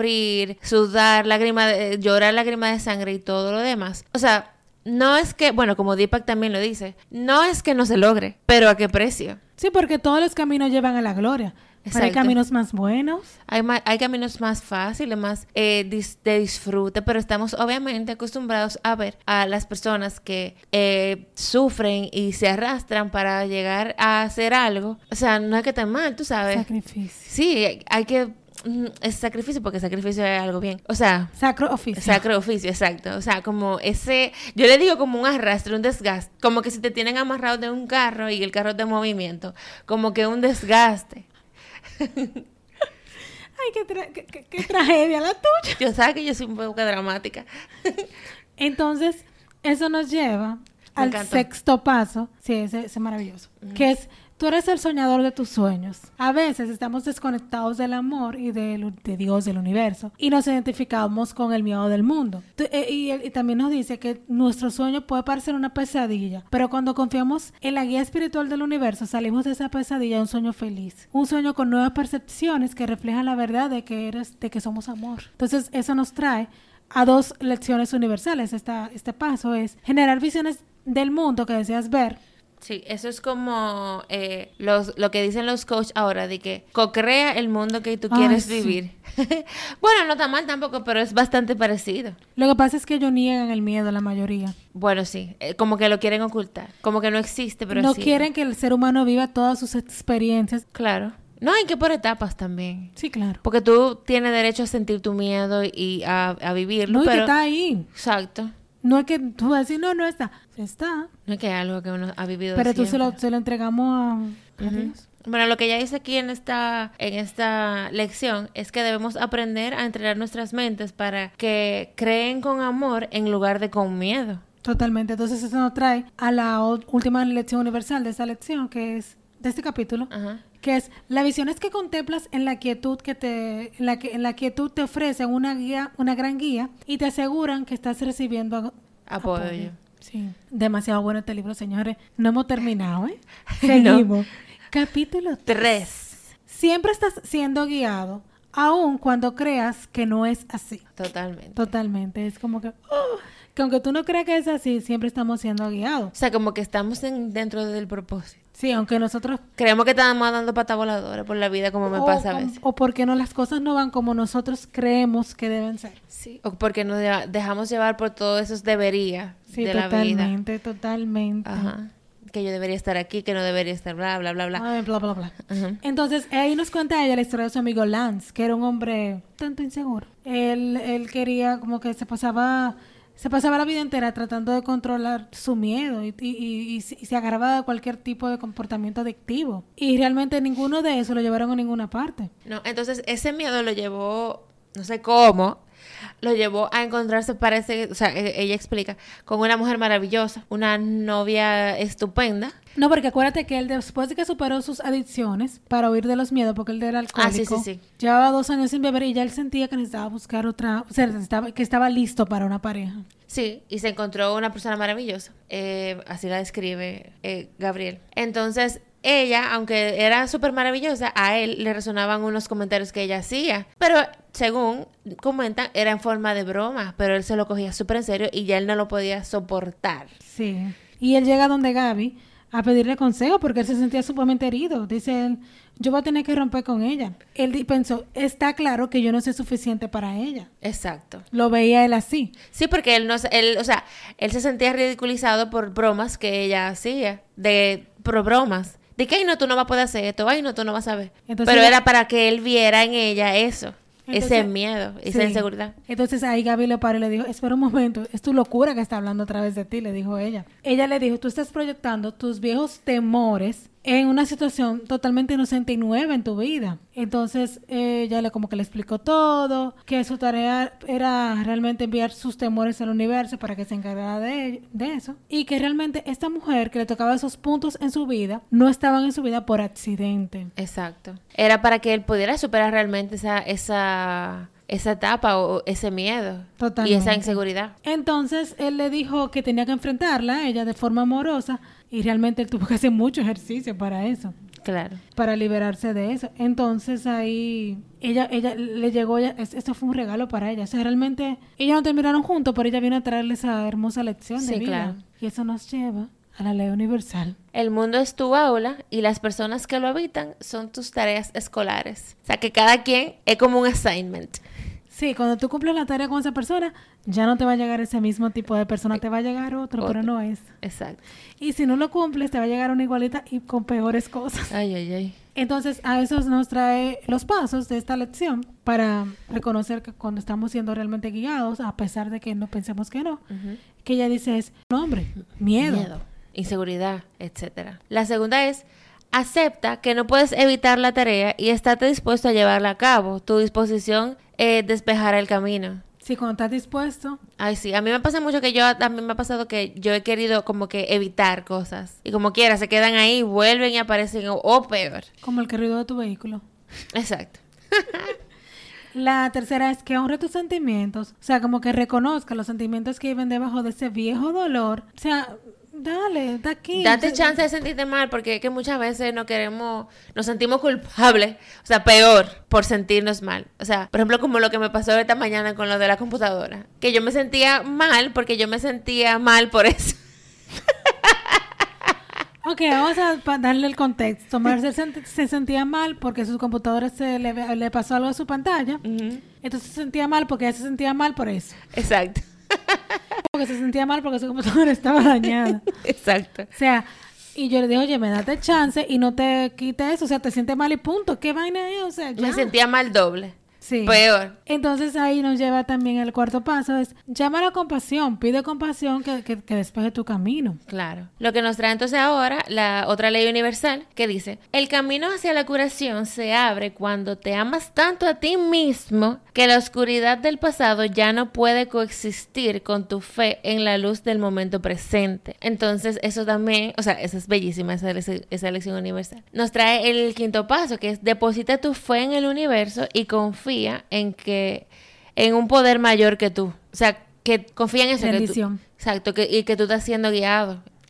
sudar, llorar lágrimas de sangre y todo lo demás. O sea, no es que, bueno, como Deepak también lo dice, no es que no se logre, pero ¿a qué precio? Sí, porque todos los caminos llevan a la gloria. Pero hay caminos más buenos. Hay caminos más fáciles, más de disfrute, pero estamos obviamente acostumbrados a ver a las personas que sufren y se arrastran para llegar a hacer algo. O sea, no hay que estar mal, tú sabes. Sacrificio. Sí, hay que... Es sacrificio porque sacrificio es algo bien. O sea... Sacro oficio. Sacro oficio, exacto. O sea, como ese... Yo le digo como un arrastre, un desgaste. Como que si te tienen amarrado de un carro y el carro está en movimiento. Como que un desgaste. Ay, qué tragedia la tuya. Yo sé que yo soy un poco dramática. Entonces, eso nos lleva al sexto paso. Sí, ese es maravilloso. Que es, tú eres el soñador de tus sueños. A veces estamos desconectados del amor y de Dios, del universo, y nos identificamos con el miedo del mundo. Y también nos dice que nuestro sueño puede parecer una pesadilla, pero cuando confiamos en la guía espiritual del universo, salimos de esa pesadilla a un sueño feliz. Un sueño con nuevas percepciones que reflejan la verdad de que somos amor. Entonces, eso nos trae a dos lecciones universales. Este paso es generar visiones del mundo que deseas ver. Sí, eso es como lo que dicen los coaches ahora, de que co-crea el mundo que tú quieres vivir. Bueno, no está mal tampoco, pero es bastante parecido. Lo que pasa es que ellos niegan el miedo, la mayoría. Bueno, sí, como que lo quieren ocultar, como que no existe, pero no sí. quieren que el ser humano viva todas sus experiencias. Claro. No, hay que por etapas también. Sí, claro. Porque tú tienes derecho a sentir tu miedo y a vivirlo. No, pero... y que está ahí. Exacto. No es que tú vas a decir, no está. Está. No es que es algo que uno ha vivido pero siempre. tú se lo entregamos a Dios. Bueno, lo que ella dice aquí en esta lección es que debemos aprender a entrenar nuestras mentes para que creen con amor en lugar de con miedo. Totalmente. Entonces eso nos trae a la última lección universal de esta lección, que es de este capítulo. Ajá. Que es, la visión es que contemplas en la quietud en la quietud te ofrecen una gran guía y te aseguran que estás recibiendo apoyo. Sí, demasiado bueno este libro, señores. No hemos terminado, ¿eh? Seguimos. No. Capítulo 3. siempre estás siendo guiado, aun cuando creas que no es así. Totalmente. Es como que aunque tú no creas que es así, siempre estamos siendo guiados. O sea, como que estamos dentro del propósito. Sí, aunque nosotros... Creemos que estamos dando patas voladoras por la vida, como me pasa a veces. O porque no, las cosas no van como nosotros creemos que deben ser. Sí. O porque nos dejamos llevar por todos esos debería de la vida. Totalmente. Ajá. Que yo debería estar aquí, que no debería estar, bla, bla, bla, bla. Ay, bla, bla, bla. Uh-huh. Entonces, ahí nos cuenta ella la historia de su amigo Lance, que era un hombre tanto inseguro. Él quería como que se pasaba la vida entera tratando de controlar su miedo y se agarraba de cualquier tipo de comportamiento adictivo. Y realmente ninguno de eso lo llevaron a ninguna parte. No, entonces ese miedo lo llevó, no sé cómo, lo llevó a encontrarse, parece, o sea, ella explica, con una mujer maravillosa, una novia estupenda. No, porque acuérdate que él después de que superó sus adicciones para huir de los miedos, porque él era alcohólico, sí. Llevaba 2 años sin beber y ya él sentía que necesitaba buscar otra, o sea, que estaba listo para una pareja. Sí, y se encontró una persona maravillosa, así la describe Gabriel. Entonces, ella, aunque era súper maravillosa, a él le resonaban unos comentarios que ella hacía, pero según comentan, era en forma de broma, pero él se lo cogía súper en serio y ya él no lo podía soportar. Sí, y él llega donde Gaby a pedirle consejo porque él se sentía sumamente herido. Dice él, yo voy a tener que romper con ella. Él pensó, está claro que yo no soy suficiente para ella. Exacto. Lo veía él así. Sí, porque él se sentía ridiculizado por bromas que ella hacía, por bromas. De que, ay, no, tú no vas a poder hacer esto, ay, no, tú no vas a ver. Entonces, pero era para que él viera en ella eso. Entonces, ese miedo, esa inseguridad. Entonces ahí Gaby le paró y le dijo, espera un momento, es tu locura que está hablando a través de ti, le dijo ella. Ella le dijo, tú estás proyectando tus viejos temores en una situación totalmente inocente y nueva en tu vida. Entonces ella como que le explicó todo, que su tarea era realmente enviar sus temores al universo para que se encargara de eso, y que realmente esta mujer que le tocaba esos puntos en su vida no estaban en su vida por accidente. Exacto. Era para que él pudiera superar realmente esa etapa o ese miedo. Totalmente. Y esa inseguridad. Entonces él le dijo que tenía que enfrentarla a ella de forma amorosa y realmente él tuvo que hacer mucho ejercicio para eso. Claro. Para liberarse de eso. Entonces ahí ella le llegó, esto fue un regalo para ella. O sea, realmente ellos no terminaron juntos, pero ella vino a traerle esa hermosa lección de vida. Claro. Y eso nos lleva a la ley universal. El mundo es tu aula y las personas que lo habitan son tus tareas escolares. O sea, que cada quien es como un assignment. Sí, cuando tú cumples la tarea con esa persona, ya no te va a llegar ese mismo tipo de persona, te va a llegar otro, pero no es. Exacto. Y si no lo cumples, te va a llegar una igualita y con peores cosas. Ay. Entonces, a eso nos trae los pasos de esta lección para reconocer que cuando estamos siendo realmente guiados, a pesar de que no pensemos que no, que ella dice es, nombre, miedo, inseguridad, etcétera. La segunda es, acepta que no puedes evitar la tarea y estate dispuesto a llevarla a cabo. Tu disposición despejará el camino. Sí, cuando estás dispuesto. Ay, sí. A mí me pasa mucho que a mí me ha pasado que yo he querido como que evitar cosas. Y como quiera, se quedan ahí, vuelven y aparecen o peor. Como el ruido de tu vehículo. Exacto. La tercera es que honre tus sentimientos. O sea, como que reconozca los sentimientos que viven debajo de ese viejo dolor. O sea, dale, da aquí. Date chance de sentirte mal, porque es que muchas veces nos sentimos culpables, o sea, peor por sentirnos mal. O sea, por ejemplo, como lo que me pasó esta mañana con lo de la computadora, que yo me sentía mal porque yo me sentía mal por eso. Ok, vamos a darle el contexto. Marcel se sentía mal porque su computadora le pasó algo a su pantalla. Entonces se sentía mal porque ella se sentía mal por eso. Exacto. Porque se sentía mal porque su computadora estaba dañada. Exacto. O sea, y yo le dije, oye, me date chance y no te quite eso. O sea, te sientes mal y punto. ¿Qué vaina es? O sea, ya. Me sentía mal doble. Sí. Peor. Entonces ahí nos lleva también el cuarto paso, es llama a la compasión, pide compasión que despeje tu camino. Claro. Lo que nos trae entonces ahora la otra ley universal que dice, el camino hacia la curación se abre cuando te amas tanto a ti mismo que la oscuridad del pasado ya no puede coexistir con tu fe en la luz del momento presente. Entonces eso también, o sea, esa es bellísima esa lección universal. Nos trae el quinto paso, que es deposita tu fe en el universo y confía en un poder mayor que tú. O sea, que confía en eso. Bendición. Exacto, y que tú estás siendo guiado.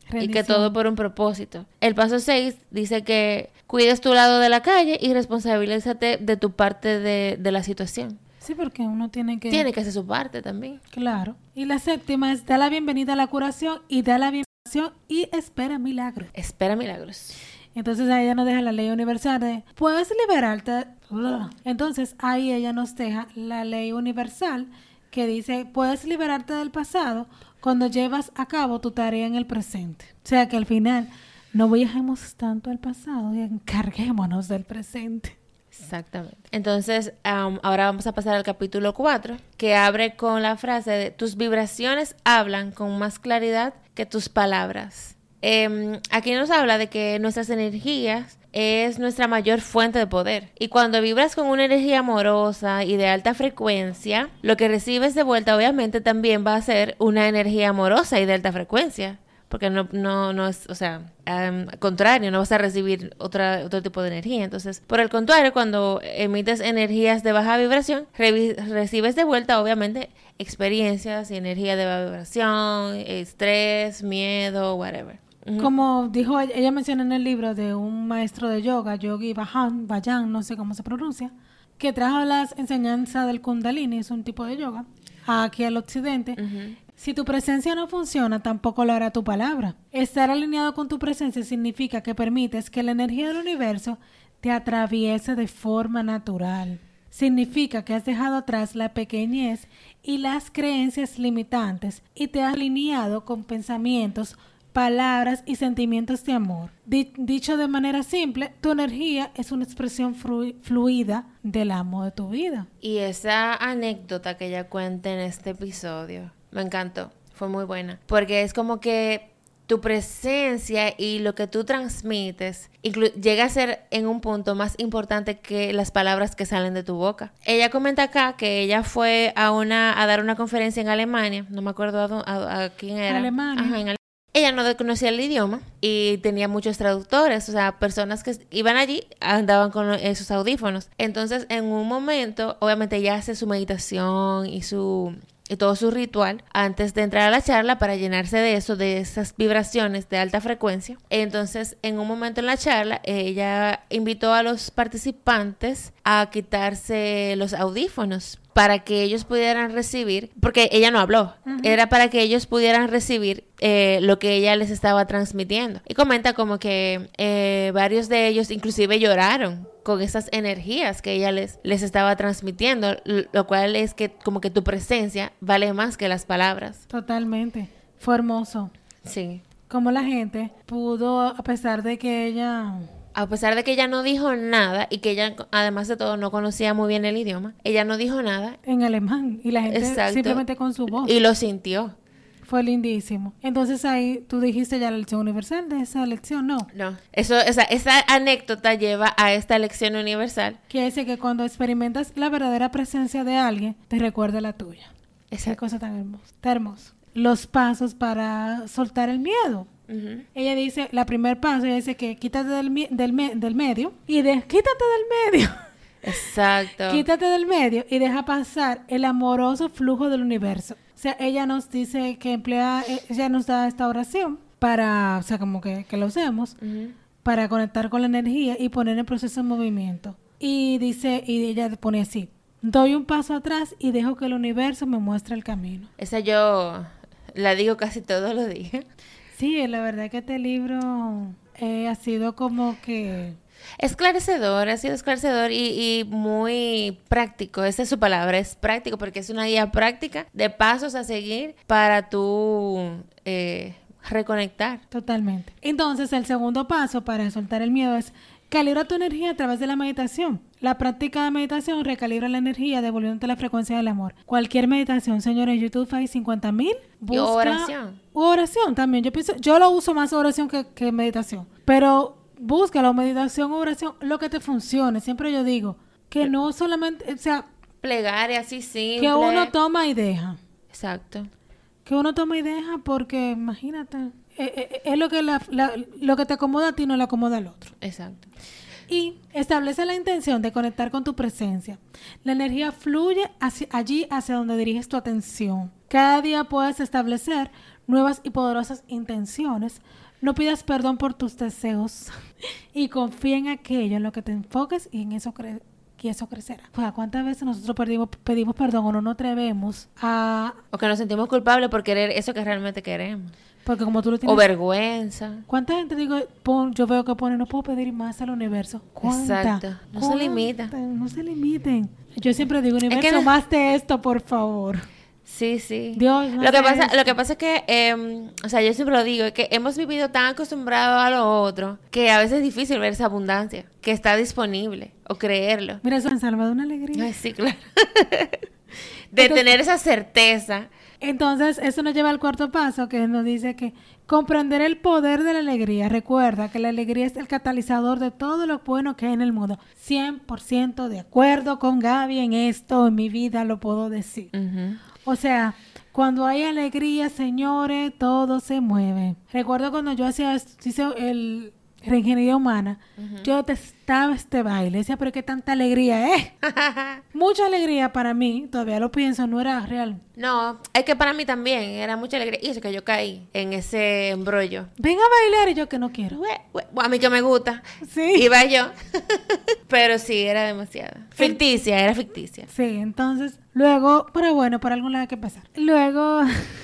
Y que todo por un propósito. El paso 6 dice que cuides tu lado de la calle y responsabilízate de tu parte de la situación. Sí, porque uno tiene que hacer su parte también. Claro. Y la séptima es da la bienvenida a la curación y da la bienvenida y espera milagros. Espera milagros. Entonces ahí ella nos deja la ley universal de puedes liberarte. Entonces ahí ella nos deja la ley universal que dice puedes liberarte del pasado cuando llevas a cabo tu tarea en el presente. O sea que al final no viajemos tanto al pasado y encarguémonos del presente. Exactamente. Entonces, ahora vamos a pasar al capítulo 4, que abre con la frase de tus vibraciones hablan con más claridad que tus palabras. Aquí nos habla de que nuestras energías es nuestra mayor fuente de poder. Y cuando vibras con una energía amorosa y de alta frecuencia, lo que recibes de vuelta obviamente también va a ser una energía amorosa y de alta frecuencia. Porque no es, o sea, al contrario, no vas a recibir otro tipo de energía. Entonces, por el contrario, cuando emites energías de baja vibración, recibes de vuelta, obviamente, experiencias y energía de baja vibración, estrés, miedo, whatever. Como dijo, ella menciona en el libro de un maestro de yoga, Yogi Bhajan, no sé cómo se pronuncia, que trajo las enseñanzas del Kundalini, es un tipo de yoga, aquí al occidente. Si tu presencia no funciona, tampoco lo hará tu palabra. Estar alineado con tu presencia significa que permites que la energía del universo te atraviese de forma natural. Significa que has dejado atrás la pequeñez y las creencias limitantes y te has alineado con pensamientos, palabras y sentimientos de amor. Dicho de manera simple, tu energía es una expresión fluida del amo de tu vida. Y esa anécdota que ella cuenta en este episodio me encantó, fue muy buena, porque es como que tu presencia y lo que tú transmites llega a ser en un punto más importante que las palabras que salen de tu boca. Ella comenta acá que ella fue a dar una conferencia en Alemania, no me acuerdo a quién era. Alemania. Ajá, en Alemania. Ella no conocía el idioma y tenía muchos traductores, o sea, personas que iban allí andaban con esos audífonos. Entonces, en un momento, obviamente ella hace su meditación y todo su ritual antes de entrar a la charla para llenarse de eso, de esas vibraciones de alta frecuencia. Entonces, en un momento en la charla, ella invitó a los participantes a quitarse los audífonos para que ellos pudieran recibir, porque ella no habló, era para que ellos pudieran recibir lo que ella les estaba transmitiendo. Y comenta como que varios de ellos inclusive lloraron con esas energías que ella les estaba transmitiendo, lo cual es que como que tu presencia vale más que las palabras. Totalmente. Fue hermoso. Sí. Como la gente pudo, a pesar de que ella no dijo nada y que ella, además de todo, no conocía muy bien el idioma, ella no dijo nada. En alemán. Y la gente Exacto. simplemente con su voz. Y lo sintió. Fue lindísimo. Entonces ahí tú dijiste ya la lección universal de esa lección, ¿no? No. Esa anécdota lleva a esta lección universal. Quiere decir que cuando experimentas la verdadera presencia de alguien, te recuerda la tuya. Esa cosa tan hermosa. Está hermoso. Los pasos para soltar el miedo. Ella dice, la primer paso, ella dice que quítate del medio y quítate del medio. Exacto. Quítate del medio y deja pasar el amoroso flujo del universo. O sea, ella nos dice que ella nos da esta oración para, o sea, como que lo usemos para conectar con la energía y poner el proceso en movimiento. Y dice, y ella pone así, doy un paso atrás y dejo que el universo me muestre el camino. Esa yo la digo casi todos los días. Sí, la verdad que este libro ha sido como que... Ha sido esclarecedor y muy práctico. Esa es su palabra, es práctico porque es una guía práctica de pasos a seguir para tú reconectar. Totalmente. Entonces, el segundo paso para soltar el miedo es calibra tu energía a través de la meditación. La práctica de meditación recalibra la energía devolviéndote la frecuencia del amor. Cualquier meditación, señores, YouTube hay 50,000. Y oración. Oración también. Yo lo uso más oración que meditación. Pero búscalo, meditación o oración, lo que te funcione. Siempre yo digo que no solamente, o sea, plegaria así simple. Que uno toma y deja. Exacto. Que uno toma y deja porque, imagínate, es lo que te acomoda a ti no le acomoda al otro. Exacto. Y establece la intención de conectar con tu presencia. La energía fluye allí hacia donde diriges tu atención. Cada día puedes establecer nuevas y poderosas intenciones. No pidas perdón por tus deseos y confía en aquello en lo que te enfoques y en eso y eso crecerá. Pues, ¿cuántas veces nosotros pedimos perdón o no nos atrevemos a... O que nos sentimos culpables por querer eso que realmente queremos. Porque como tú lo tienes... O vergüenza. ¿Cuánta gente yo veo que pone, no puedo pedir más al universo? Exacto. No se limita. No se limiten. Yo siempre digo, universo, es que más de esto, por favor. Sí, sí. Dios, lo que pasa es que, o sea, yo siempre lo digo, es que hemos vivido tan acostumbrados a lo otro que a veces es difícil ver esa abundancia que está disponible o creerlo. Mira, eso me salva de una alegría. Ay, sí, claro. De tener esa certeza. Entonces, eso nos lleva al cuarto paso, que nos dice que comprender el poder de la alegría. Recuerda que la alegría es el catalizador de todo lo bueno que hay en el mundo. 100% de acuerdo con Gaby en esto, en mi vida lo puedo decir. Uh-huh. O sea, cuando hay alegría, señores, todo se mueve. Recuerdo cuando yo hice el reingeniería humana, yo detestaba este baile. Decía, pero qué tanta alegría, Mucha alegría para mí, todavía lo pienso, no era real. No, es que para mí también era mucha alegría. Y eso que yo caí en ese embrollo. Ven a bailar y yo que no quiero. A mí que me gusta. Sí. Iba yo. Pero sí, era demasiado. Era ficticia. Sí, entonces, luego, pero bueno, por algún lado hay que pasar. Luego...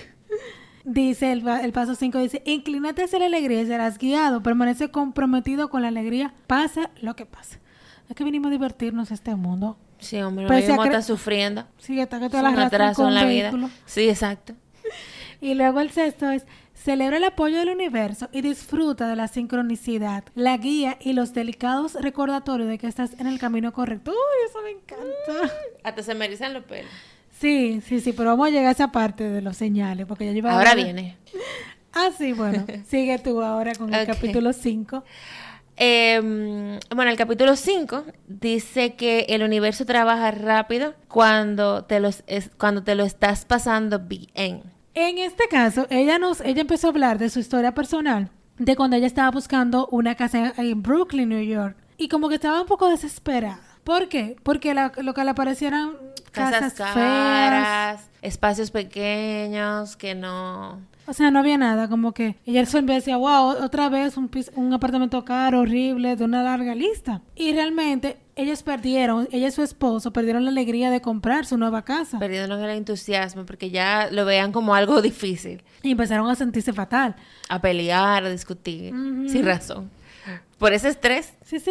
Dice el paso 5, dice, inclínate hacia la alegría y serás guiado. Permanece comprometido con la alegría, pase lo que pase. Es que vinimos a divertirnos este mundo. Sí, hombre, no vivimos estar sufriendo. Sí, hasta que te la arrastran con la vehículo. vida. Sí, exacto. Y luego el sexto es, celebra el apoyo del universo y disfruta de la sincronicidad, la guía y los delicados recordatorios de que estás en el camino correcto. Uy, eso me encanta. Hasta se me erizan los pelos. Sí, pero vamos a llegar a esa parte de los señales, porque ya lleva... Ahora viene. Ah, sí, bueno. Sigue tú ahora con el capítulo 5. Bueno, el capítulo 5 dice que el universo trabaja rápido cuando te lo estás pasando bien. En este caso, ella empezó a hablar de su historia personal, de cuando ella estaba buscando una casa en Brooklyn, New York, y como que estaba un poco desesperada. ¿Por qué? Porque lo que le parecieran casas caras, feas, espacios pequeños, que no... O sea, no había nada, como que ella siempre decía, wow, otra vez un apartamento caro, horrible, de una larga lista. Y realmente ella y su esposo perdieron la alegría de comprar su nueva casa. Perdieron el entusiasmo porque ya lo veían como algo difícil. Y empezaron a sentirse fatal. A pelear, a discutir, sin razón. Por ese estrés. Sí.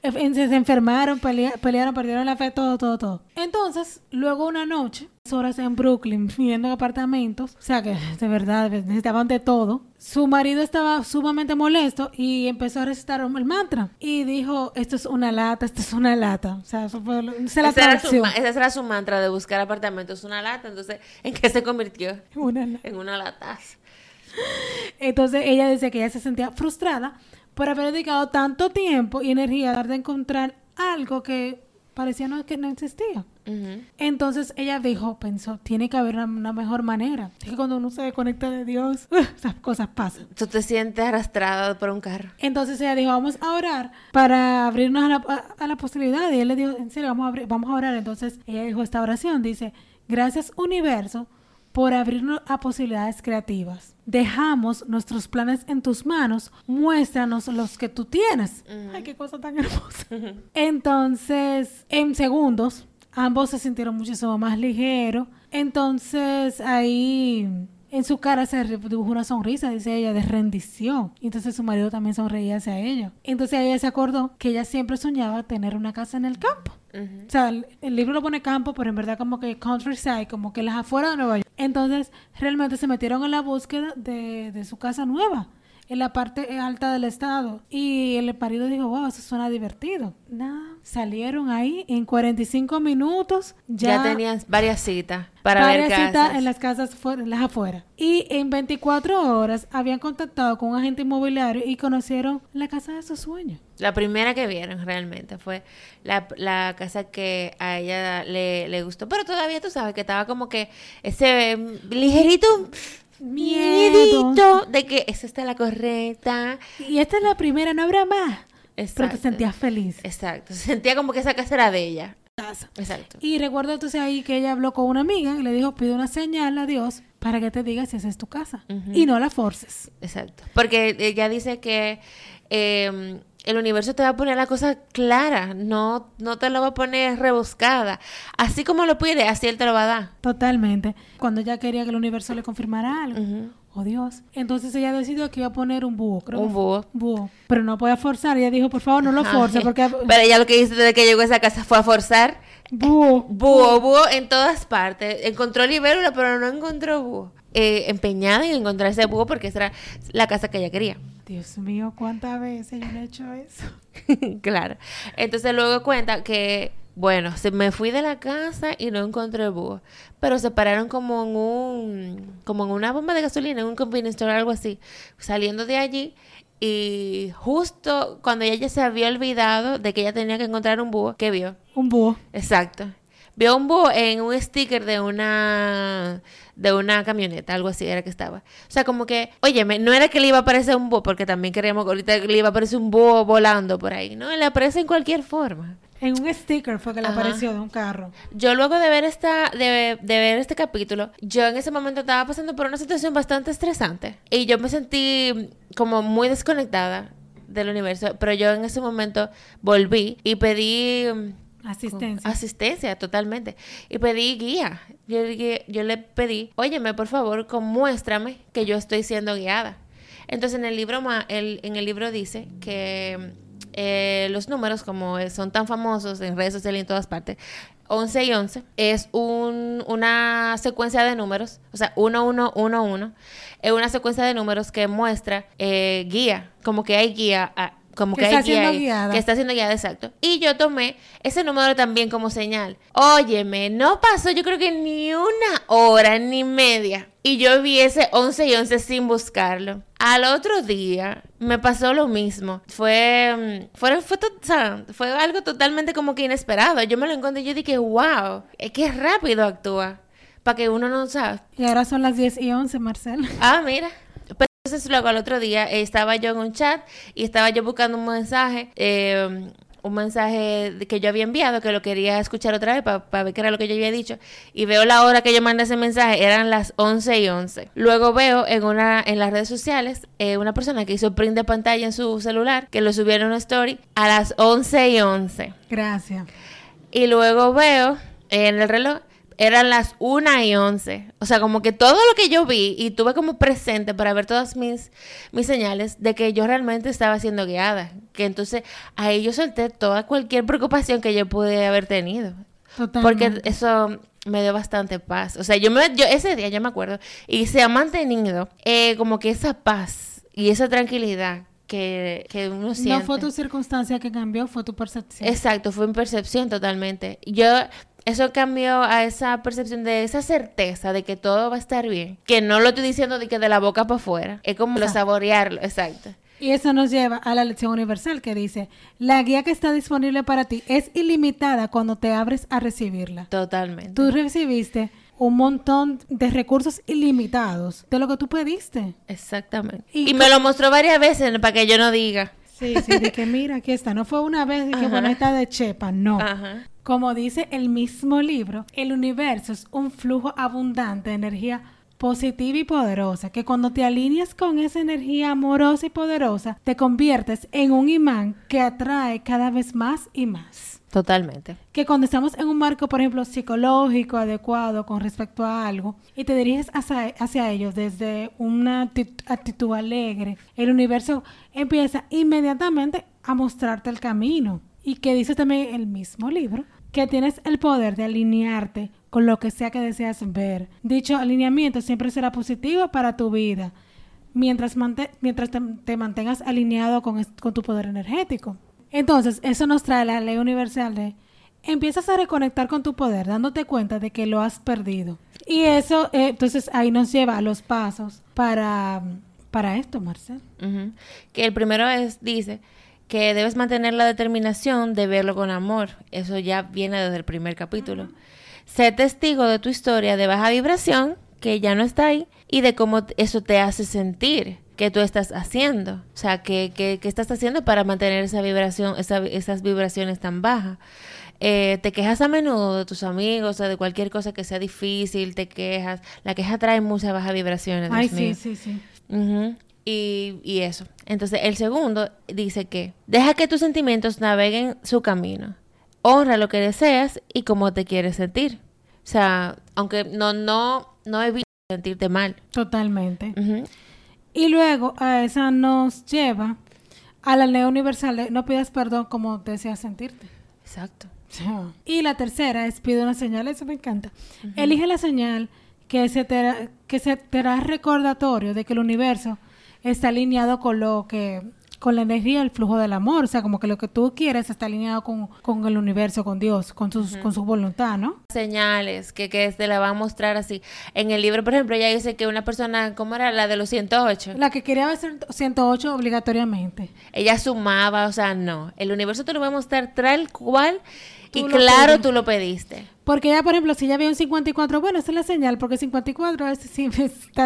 Se enfermaron, pelearon, perdieron la fe, todo. Entonces, luego una noche, horas en Brooklyn, viviendo en apartamentos, o sea que de verdad necesitaban de todo. Su marido estaba sumamente molesto y empezó a recitar el mantra. Y dijo, esto es una lata. O sea, eso fue la traducción. Ese era su mantra de buscar apartamentos, una lata. Entonces, ¿en qué se convirtió? En una lataza. Entonces, ella decía que ella se sentía frustrada por haber dedicado tanto tiempo y energía a tratar de encontrar algo que parecía que no existía. Uh-huh. Entonces ella pensó, tiene que haber una mejor manera. Es que cuando uno se desconecta de Dios, esas cosas pasan. Tú te sientes arrastrada por un carro. Entonces ella dijo, vamos a orar para abrirnos a la posibilidad. Y él le dijo, en serio, vamos a orar. Entonces ella dijo esta oración, dice, gracias universo por abrirnos a posibilidades creativas. Dejamos nuestros planes en tus manos. Muéstranos los que tú tienes. Uh-huh. Ay, qué cosa tan hermosa. Uh-huh. Entonces, en segundos, ambos se sintieron muchísimo más ligeros. Entonces, ahí en su cara se dibujó una sonrisa, dice ella, de rendición. Y entonces su marido también sonreía hacia ella. Entonces ella se acordó que ella siempre soñaba tener una casa en el campo. Uh-huh. O sea, el libro lo pone campo, pero en verdad como que countryside, como que las afueras de Nueva York. Entonces, realmente se metieron en la búsqueda de su casa nueva, en la parte alta del estado. Y el marido dijo, wow, eso suena divertido. Nada, salieron ahí en 45 minutos. Ya tenían varias citas para ver casas. Varias citas en las casas, las afuera. Y en 24 horas habían contactado con un agente inmobiliario y conocieron la casa de sus sueños. La primera que vieron realmente fue la casa que a ella le gustó. Pero todavía tú sabes que estaba como que ese ligerito miedito de que esa está la correcta. Y esta es la primera, no habrá más. Exacto. pero te sentías feliz. Exacto. Se sentía como que esa casa era de ella. Exacto. Y recuerdo entonces ahí que ella habló con una amiga y le dijo, pide una señal a Dios para que te diga si esa es tu casa. Y no la forces. Exacto. Porque ella dice que el universo te va a poner la cosa clara, no te lo va a poner rebuscada. Así como lo pide, así él te lo va a dar. Totalmente. Cuando ella quería que el universo le confirmara algo. Oh, Dios. Entonces ella decidió que iba a poner un búho. Un búho. Búho. Pero no podía forzar. Ella dijo, por favor, no lo force. Porque... Pero ella lo que hizo desde que llegó a esa casa fue a forzar. Búho en todas partes. Encontró libélula, pero no encontró búho. Empeñada en encontrar ese búho porque esa era la casa que ella quería. Dios mío, ¿cuántas veces yo no he hecho eso? Claro. Entonces luego cuenta que, bueno, me fui de la casa y no encontré el búho. Pero se pararon como en una bomba de gasolina, en un convenience store, algo así. Saliendo de allí, y justo cuando ella ya se había olvidado de que ella tenía que encontrar un búho, ¿qué vio? Un búho. Exacto. Vio un búho en un sticker de una camioneta, algo así era que estaba. O sea, como que, óyeme, no era que le iba a aparecer un búho, porque también queríamos que ahorita le iba a aparecer un búho volando por ahí, ¿no? Le aparece en cualquier forma. En un sticker fue que le apareció de un carro. Yo luego de ver de ver este capítulo, yo en ese momento estaba pasando por una situación bastante estresante. Y yo me sentí como muy desconectada del universo. Pero yo en ese momento volví y pedí... Asistencia, totalmente. Y pedí guía. Yo le pedí, óyeme, por favor, muéstrame que yo estoy siendo guiada. Entonces en el libro dice que los números, como son tan famosos en redes sociales y en todas partes, 11 y 11 es una secuencia de números, o sea, 1, 1, 1, 1, es una secuencia de números que muestra guía, como que hay guía como que hay guía que está siendo guiada, exacto. Y yo tomé ese número también como señal. Óyeme, no pasó yo creo que ni una hora ni media y yo vi ese 11 y 11 sin buscarlo. Al otro día me pasó lo mismo. Fue algo totalmente como que inesperado. Yo me lo encontré y yo dije, wow, es que rápido actúa. Para que uno no sabe. Y ahora son las 10 y 11, Marcela. Ah, mira. Entonces luego al otro día estaba yo en un chat y estaba yo buscando un mensaje que yo había enviado, que lo quería escuchar otra vez para ver qué era lo que yo había dicho, y veo la hora que yo mandé ese mensaje, eran las 11 y 11. Luego veo en las redes sociales una persona que hizo print de pantalla en su celular, que lo subió en una story a las 11 y 11. Gracias. Y luego veo en el reloj, eran las 1 y 11. O sea, como que todo lo que yo vi y tuve como presente para ver todas mis señales de que yo realmente estaba siendo guiada. Que entonces ahí yo solté cualquier preocupación que yo pude haber tenido. Totalmente. Porque eso me dio bastante paz. O sea, yo ese día yo me acuerdo y se ha mantenido como que esa paz y esa tranquilidad que uno siente. No fue tu circunstancia que cambió, fue tu percepción. Exacto, fue mi percepción totalmente. Eso cambió a esa percepción de esa certeza de que todo va a estar bien. Que no lo estoy diciendo de que de la boca para afuera. Es como saborearlo, exacto. Y eso nos lleva a la lección universal que dice, la guía que está disponible para ti es ilimitada cuando te abres a recibirla. Totalmente. Tú recibiste un montón de recursos ilimitados de lo que tú pediste. Exactamente. Y me lo mostró varias veces para que yo no diga. Sí, de que mira, aquí está. No fue una vez de que bueno, está de chepa, no. Ajá. Como dice el mismo libro, el universo es un flujo abundante de energía positiva y poderosa, que cuando te alineas con esa energía amorosa y poderosa, te conviertes en un imán que atrae cada vez más y más. Totalmente. Que cuando estamos en un marco, por ejemplo, psicológico adecuado con respecto a algo y te diriges hacia ellos desde una actitud alegre, el universo empieza inmediatamente a mostrarte el camino. Y que dice también el mismo libro que tienes el poder de alinearte con lo que sea que deseas ver. Dicho alineamiento siempre será positivo para tu vida mientras te mantengas alineado con tu poder energético. Entonces, eso nos trae la ley universal de empiezas a reconectar con tu poder dándote cuenta de que lo has perdido. Y eso, entonces, ahí nos lleva a los pasos para esto, Marcel. Uh-huh. Que el primero dice que debes mantener la determinación de verlo con amor. Eso ya viene desde el primer capítulo. Uh-huh. Sé testigo de tu historia de baja vibración, que ya no está ahí y de cómo eso te hace sentir que tú estás haciendo. O sea, que estás haciendo para mantener esa vibración, esas vibraciones tan bajas. Te quejas a menudo de tus amigos o de cualquier cosa que sea difícil, te quejas. La queja trae muchas bajas vibraciones. Ay, Dios mío. sí. Uh-huh. Y eso. Entonces, el segundo dice que deja que tus sentimientos naveguen su camino. Honra lo que deseas y cómo te quieres sentir. O sea, aunque no evites sentirte mal. Totalmente. Uh-huh. Y luego a esa nos lleva a la ley universal de no pidas perdón como deseas sentirte. Exacto. Y la tercera es pide una señal, eso me encanta. Uh-huh. Elige la señal que se te hará recordatorio de que el universo está alineado con la energía y el flujo del amor. O sea, como que lo que tú quieres está alineado con el universo, con Dios, con su voluntad, ¿no? Señales que te la va a mostrar así. En el libro, por ejemplo, ella dice que una persona, ¿cómo era? La de los 108. La que quería hacer 108 obligatoriamente. Ella sumaba, o sea, no. El universo te lo va a mostrar tal cual y Tú claro, tú lo pediste. Porque ella, por ejemplo, si ella ve un 54, bueno, esa es la señal, porque 54 está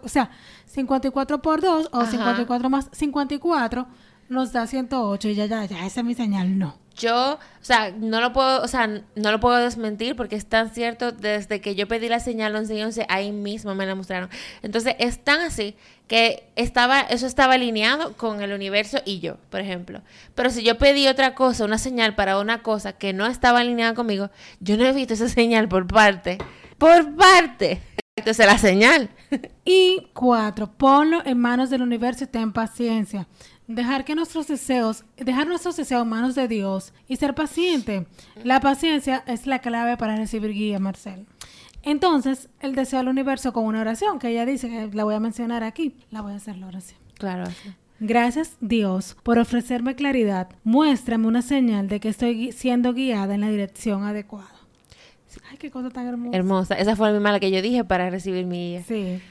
54 por 2 o 54 más 54 nos da 108 y ya, esa es mi señal, no. Yo, no lo puedo desmentir porque es tan cierto. Desde que yo pedí la señal 1111, ahí mismo me la mostraron. Entonces, es tan así que eso estaba alineado con el universo y yo, por ejemplo. Pero si yo pedí otra cosa, una señal para una cosa que no estaba alineada conmigo, yo no he visto esa señal por parte. Entonces, la señal. Y 4, ponlo en manos del universo y ten paciencia. Dejar nuestros deseos en manos de Dios y ser paciente. La paciencia es la clave para recibir guía, Marcel. Entonces, el deseo al universo con una oración, que ella dice, que la voy a mencionar aquí, la voy a hacer la oración. Claro. Gracias, Dios, por ofrecerme claridad. Muéstrame una señal de que estoy siendo guiada en la dirección adecuada. Ay, qué cosa tan hermosa. Hermosa. Esa fue la misma la que yo dije para recibir mi guía. Sí.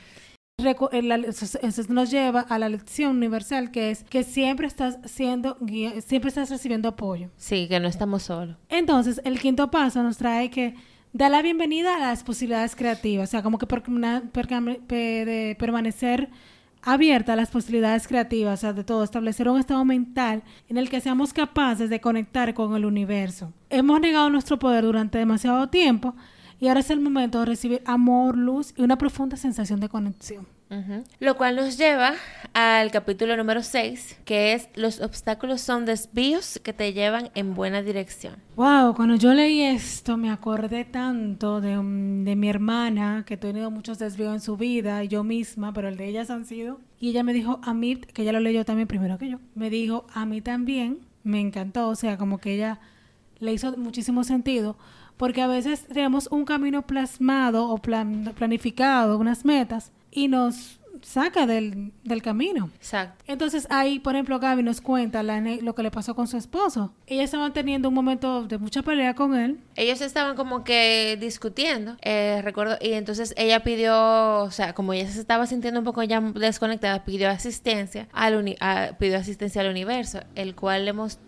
Eso nos lleva a la lección universal, que es que siempre estás siendo guía, siempre estás recibiendo apoyo. Sí, que no estamos solos. Entonces, el quinto paso nos trae que da la bienvenida a las posibilidades creativas, o sea, como que permanecer abierta a las posibilidades creativas, o sea, de todo, establecer un estado mental en el que seamos capaces de conectar con el universo. Hemos negado nuestro poder durante demasiado tiempo y ahora es el momento de recibir amor, luz y una profunda sensación de conexión. Uh-huh. Lo cual nos lleva al capítulo número 6, que es los obstáculos son desvíos que te llevan en buena dirección. Wow, cuando yo leí esto me acordé tanto de mi hermana, que ha tenido muchos desvíos en su vida, y yo misma, pero el de ellas han sido. Y ella me dijo a mí, que ella lo leyó también primero que yo, me dijo a mí también, me encantó, o sea, como que ella le hizo muchísimo sentido, porque a veces tenemos un camino plasmado o planificado, unas metas, y nos saca del camino. Exacto. Entonces ahí, por ejemplo, Gaby nos cuenta lo que le pasó con su esposo. Ella estaba teniendo un momento de mucha pelea con él. Ellos estaban como que discutiendo, recuerdo, y entonces ella pidió, o sea, como ella se estaba sintiendo un poco ya desconectada, pidió asistencia al universo, el cual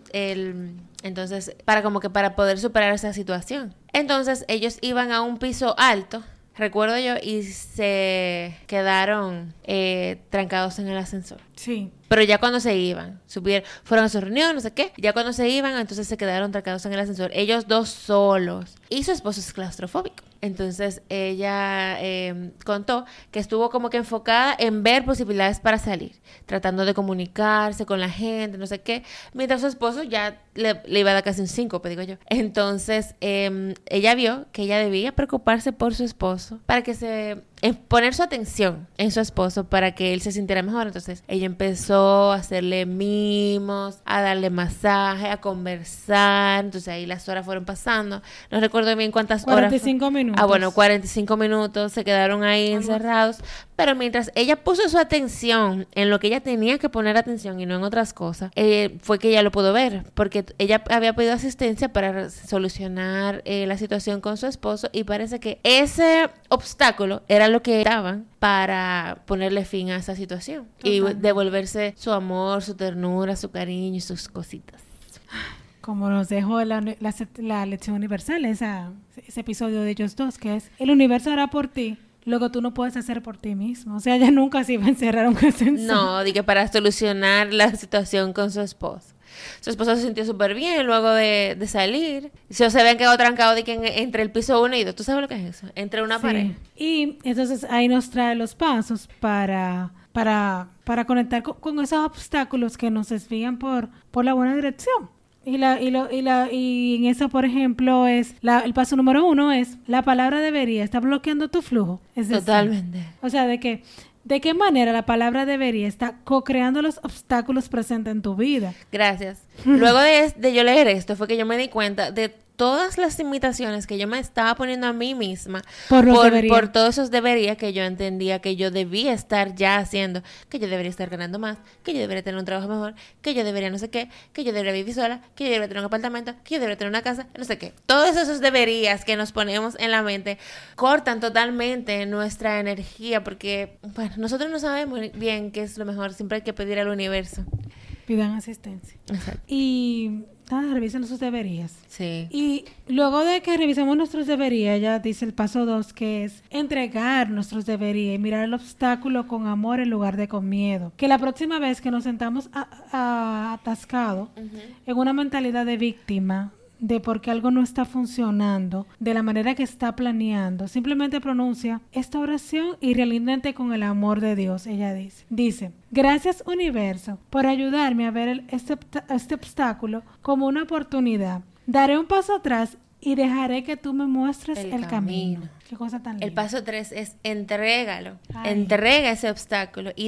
entonces, para poder superar esa situación. Entonces, ellos iban a un piso alto, recuerdo yo, y se quedaron trancados en el ascensor. Sí. Pero ya cuando se iban, fueron a su reunión, no sé qué, ya cuando se iban, entonces se quedaron trancados en el ascensor, ellos dos solos, y su esposo es claustrofóbico. Entonces ella contó que estuvo como que enfocada en ver posibilidades para salir, tratando de comunicarse con la gente, no sé qué, mientras su esposo ya le iba a dar casi un síncope, digo yo. Entonces ella vio que ella debía preocuparse por su esposo, para que poner su atención en su esposo para que él se sintiera mejor. Entonces ella empezó a hacerle mimos, a darle masaje, a conversar. Entonces ahí las horas fueron pasando, no recuerdo bien cuántas 45 horas. minutos. 45 minutos se quedaron ahí encerrados, pero mientras ella puso su atención en lo que ella tenía que poner atención y no en otras cosas, fue que ella lo pudo ver, porque ella había pedido asistencia para solucionar la situación con su esposo, y parece que ese obstáculo era lo que daban para ponerle fin a esa situación. Total. Y devolverse su amor, su ternura, su cariño y sus cositas. Como nos dejó la lección universal, ese episodio de ellos dos, que es: el universo hará por ti lo que tú no puedes hacer por ti mismo. O sea, ella nunca se iba a encerrar en un ascensor. No, dije para solucionar la situación con su esposo. Su esposo se sintió súper bien luego de salir. Se habían quedado trancados entre el piso 1 y 2. ¿Tú sabes lo que es eso? Entre una pared. Y entonces ahí nos trae los pasos para conectar con esos obstáculos que nos desvían por la buena dirección. Y en eso, por ejemplo, es el paso número 1 es la palabra debería está bloqueando tu flujo. Es decir, totalmente. O sea, ¿de qué manera la palabra debería está co-creando los obstáculos presentes en tu vida? Gracias. Luego de yo leer esto fue que yo me di cuenta de todas las limitaciones que yo me estaba poniendo a mí misma por todos esos deberías que yo entendía que yo debía estar ya haciendo, que yo debería estar ganando más, que yo debería tener un trabajo mejor, que yo debería no sé qué, que yo debería vivir sola, que yo debería tener un apartamento, que yo debería tener una casa, no sé qué. Todos esos deberías que nos ponemos en la mente cortan totalmente nuestra energía porque, bueno, nosotros no sabemos bien qué es lo mejor, siempre hay que pedir al universo. Pidan asistencia. Exacto. Y revisen sus deberías. Sí. Y luego de que revisemos nuestros deberías, ya dice el paso 2, que es entregar nuestros deberías y mirar el obstáculo con amor en lugar de con miedo. Que la próxima vez que nos sentamos atascados en una mentalidad de víctima, de por qué algo no está funcionando de la manera que está planeando, simplemente pronuncia esta oración y realíndate con el amor de Dios. Ella dice, gracias universo por ayudarme a ver este obstáculo como una oportunidad. Daré un paso atrás y dejaré que tú me muestres el camino. Qué cosa tan linda. El paso 3 es entrégalo. Entrega ese obstáculo y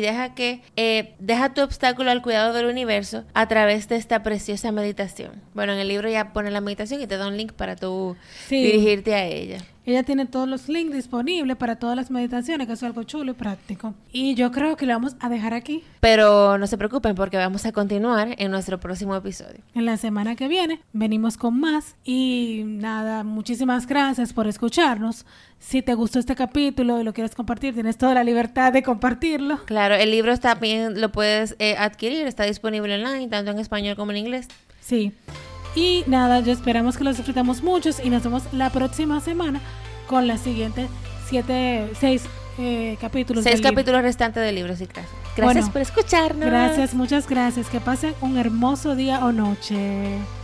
deja tu obstáculo al cuidado del universo a través de esta preciosa meditación. Bueno, en el libro ya pone la meditación y te da un link para tú dirigirte a ella. Ella tiene todos los links disponibles para todas las meditaciones, que es algo chulo y práctico. Y yo creo que lo vamos a dejar aquí. Pero no se preocupen porque vamos a continuar en nuestro próximo episodio. En la semana que viene venimos con más. Y nada, muchísimas gracias por escucharnos. Si te gustó este capítulo y lo quieres compartir, tienes toda la libertad de compartirlo. Claro, el libro también lo puedes adquirir, está disponible online, tanto en español como en inglés. Sí. Y nada, yo esperamos que los disfrutamos muchos y nos vemos la próxima semana con las siguientes 6 capítulos. 6 capítulos restantes del libro, sí, gracias. Gracias por escucharnos. Gracias, muchas gracias. Que pasen un hermoso día o noche.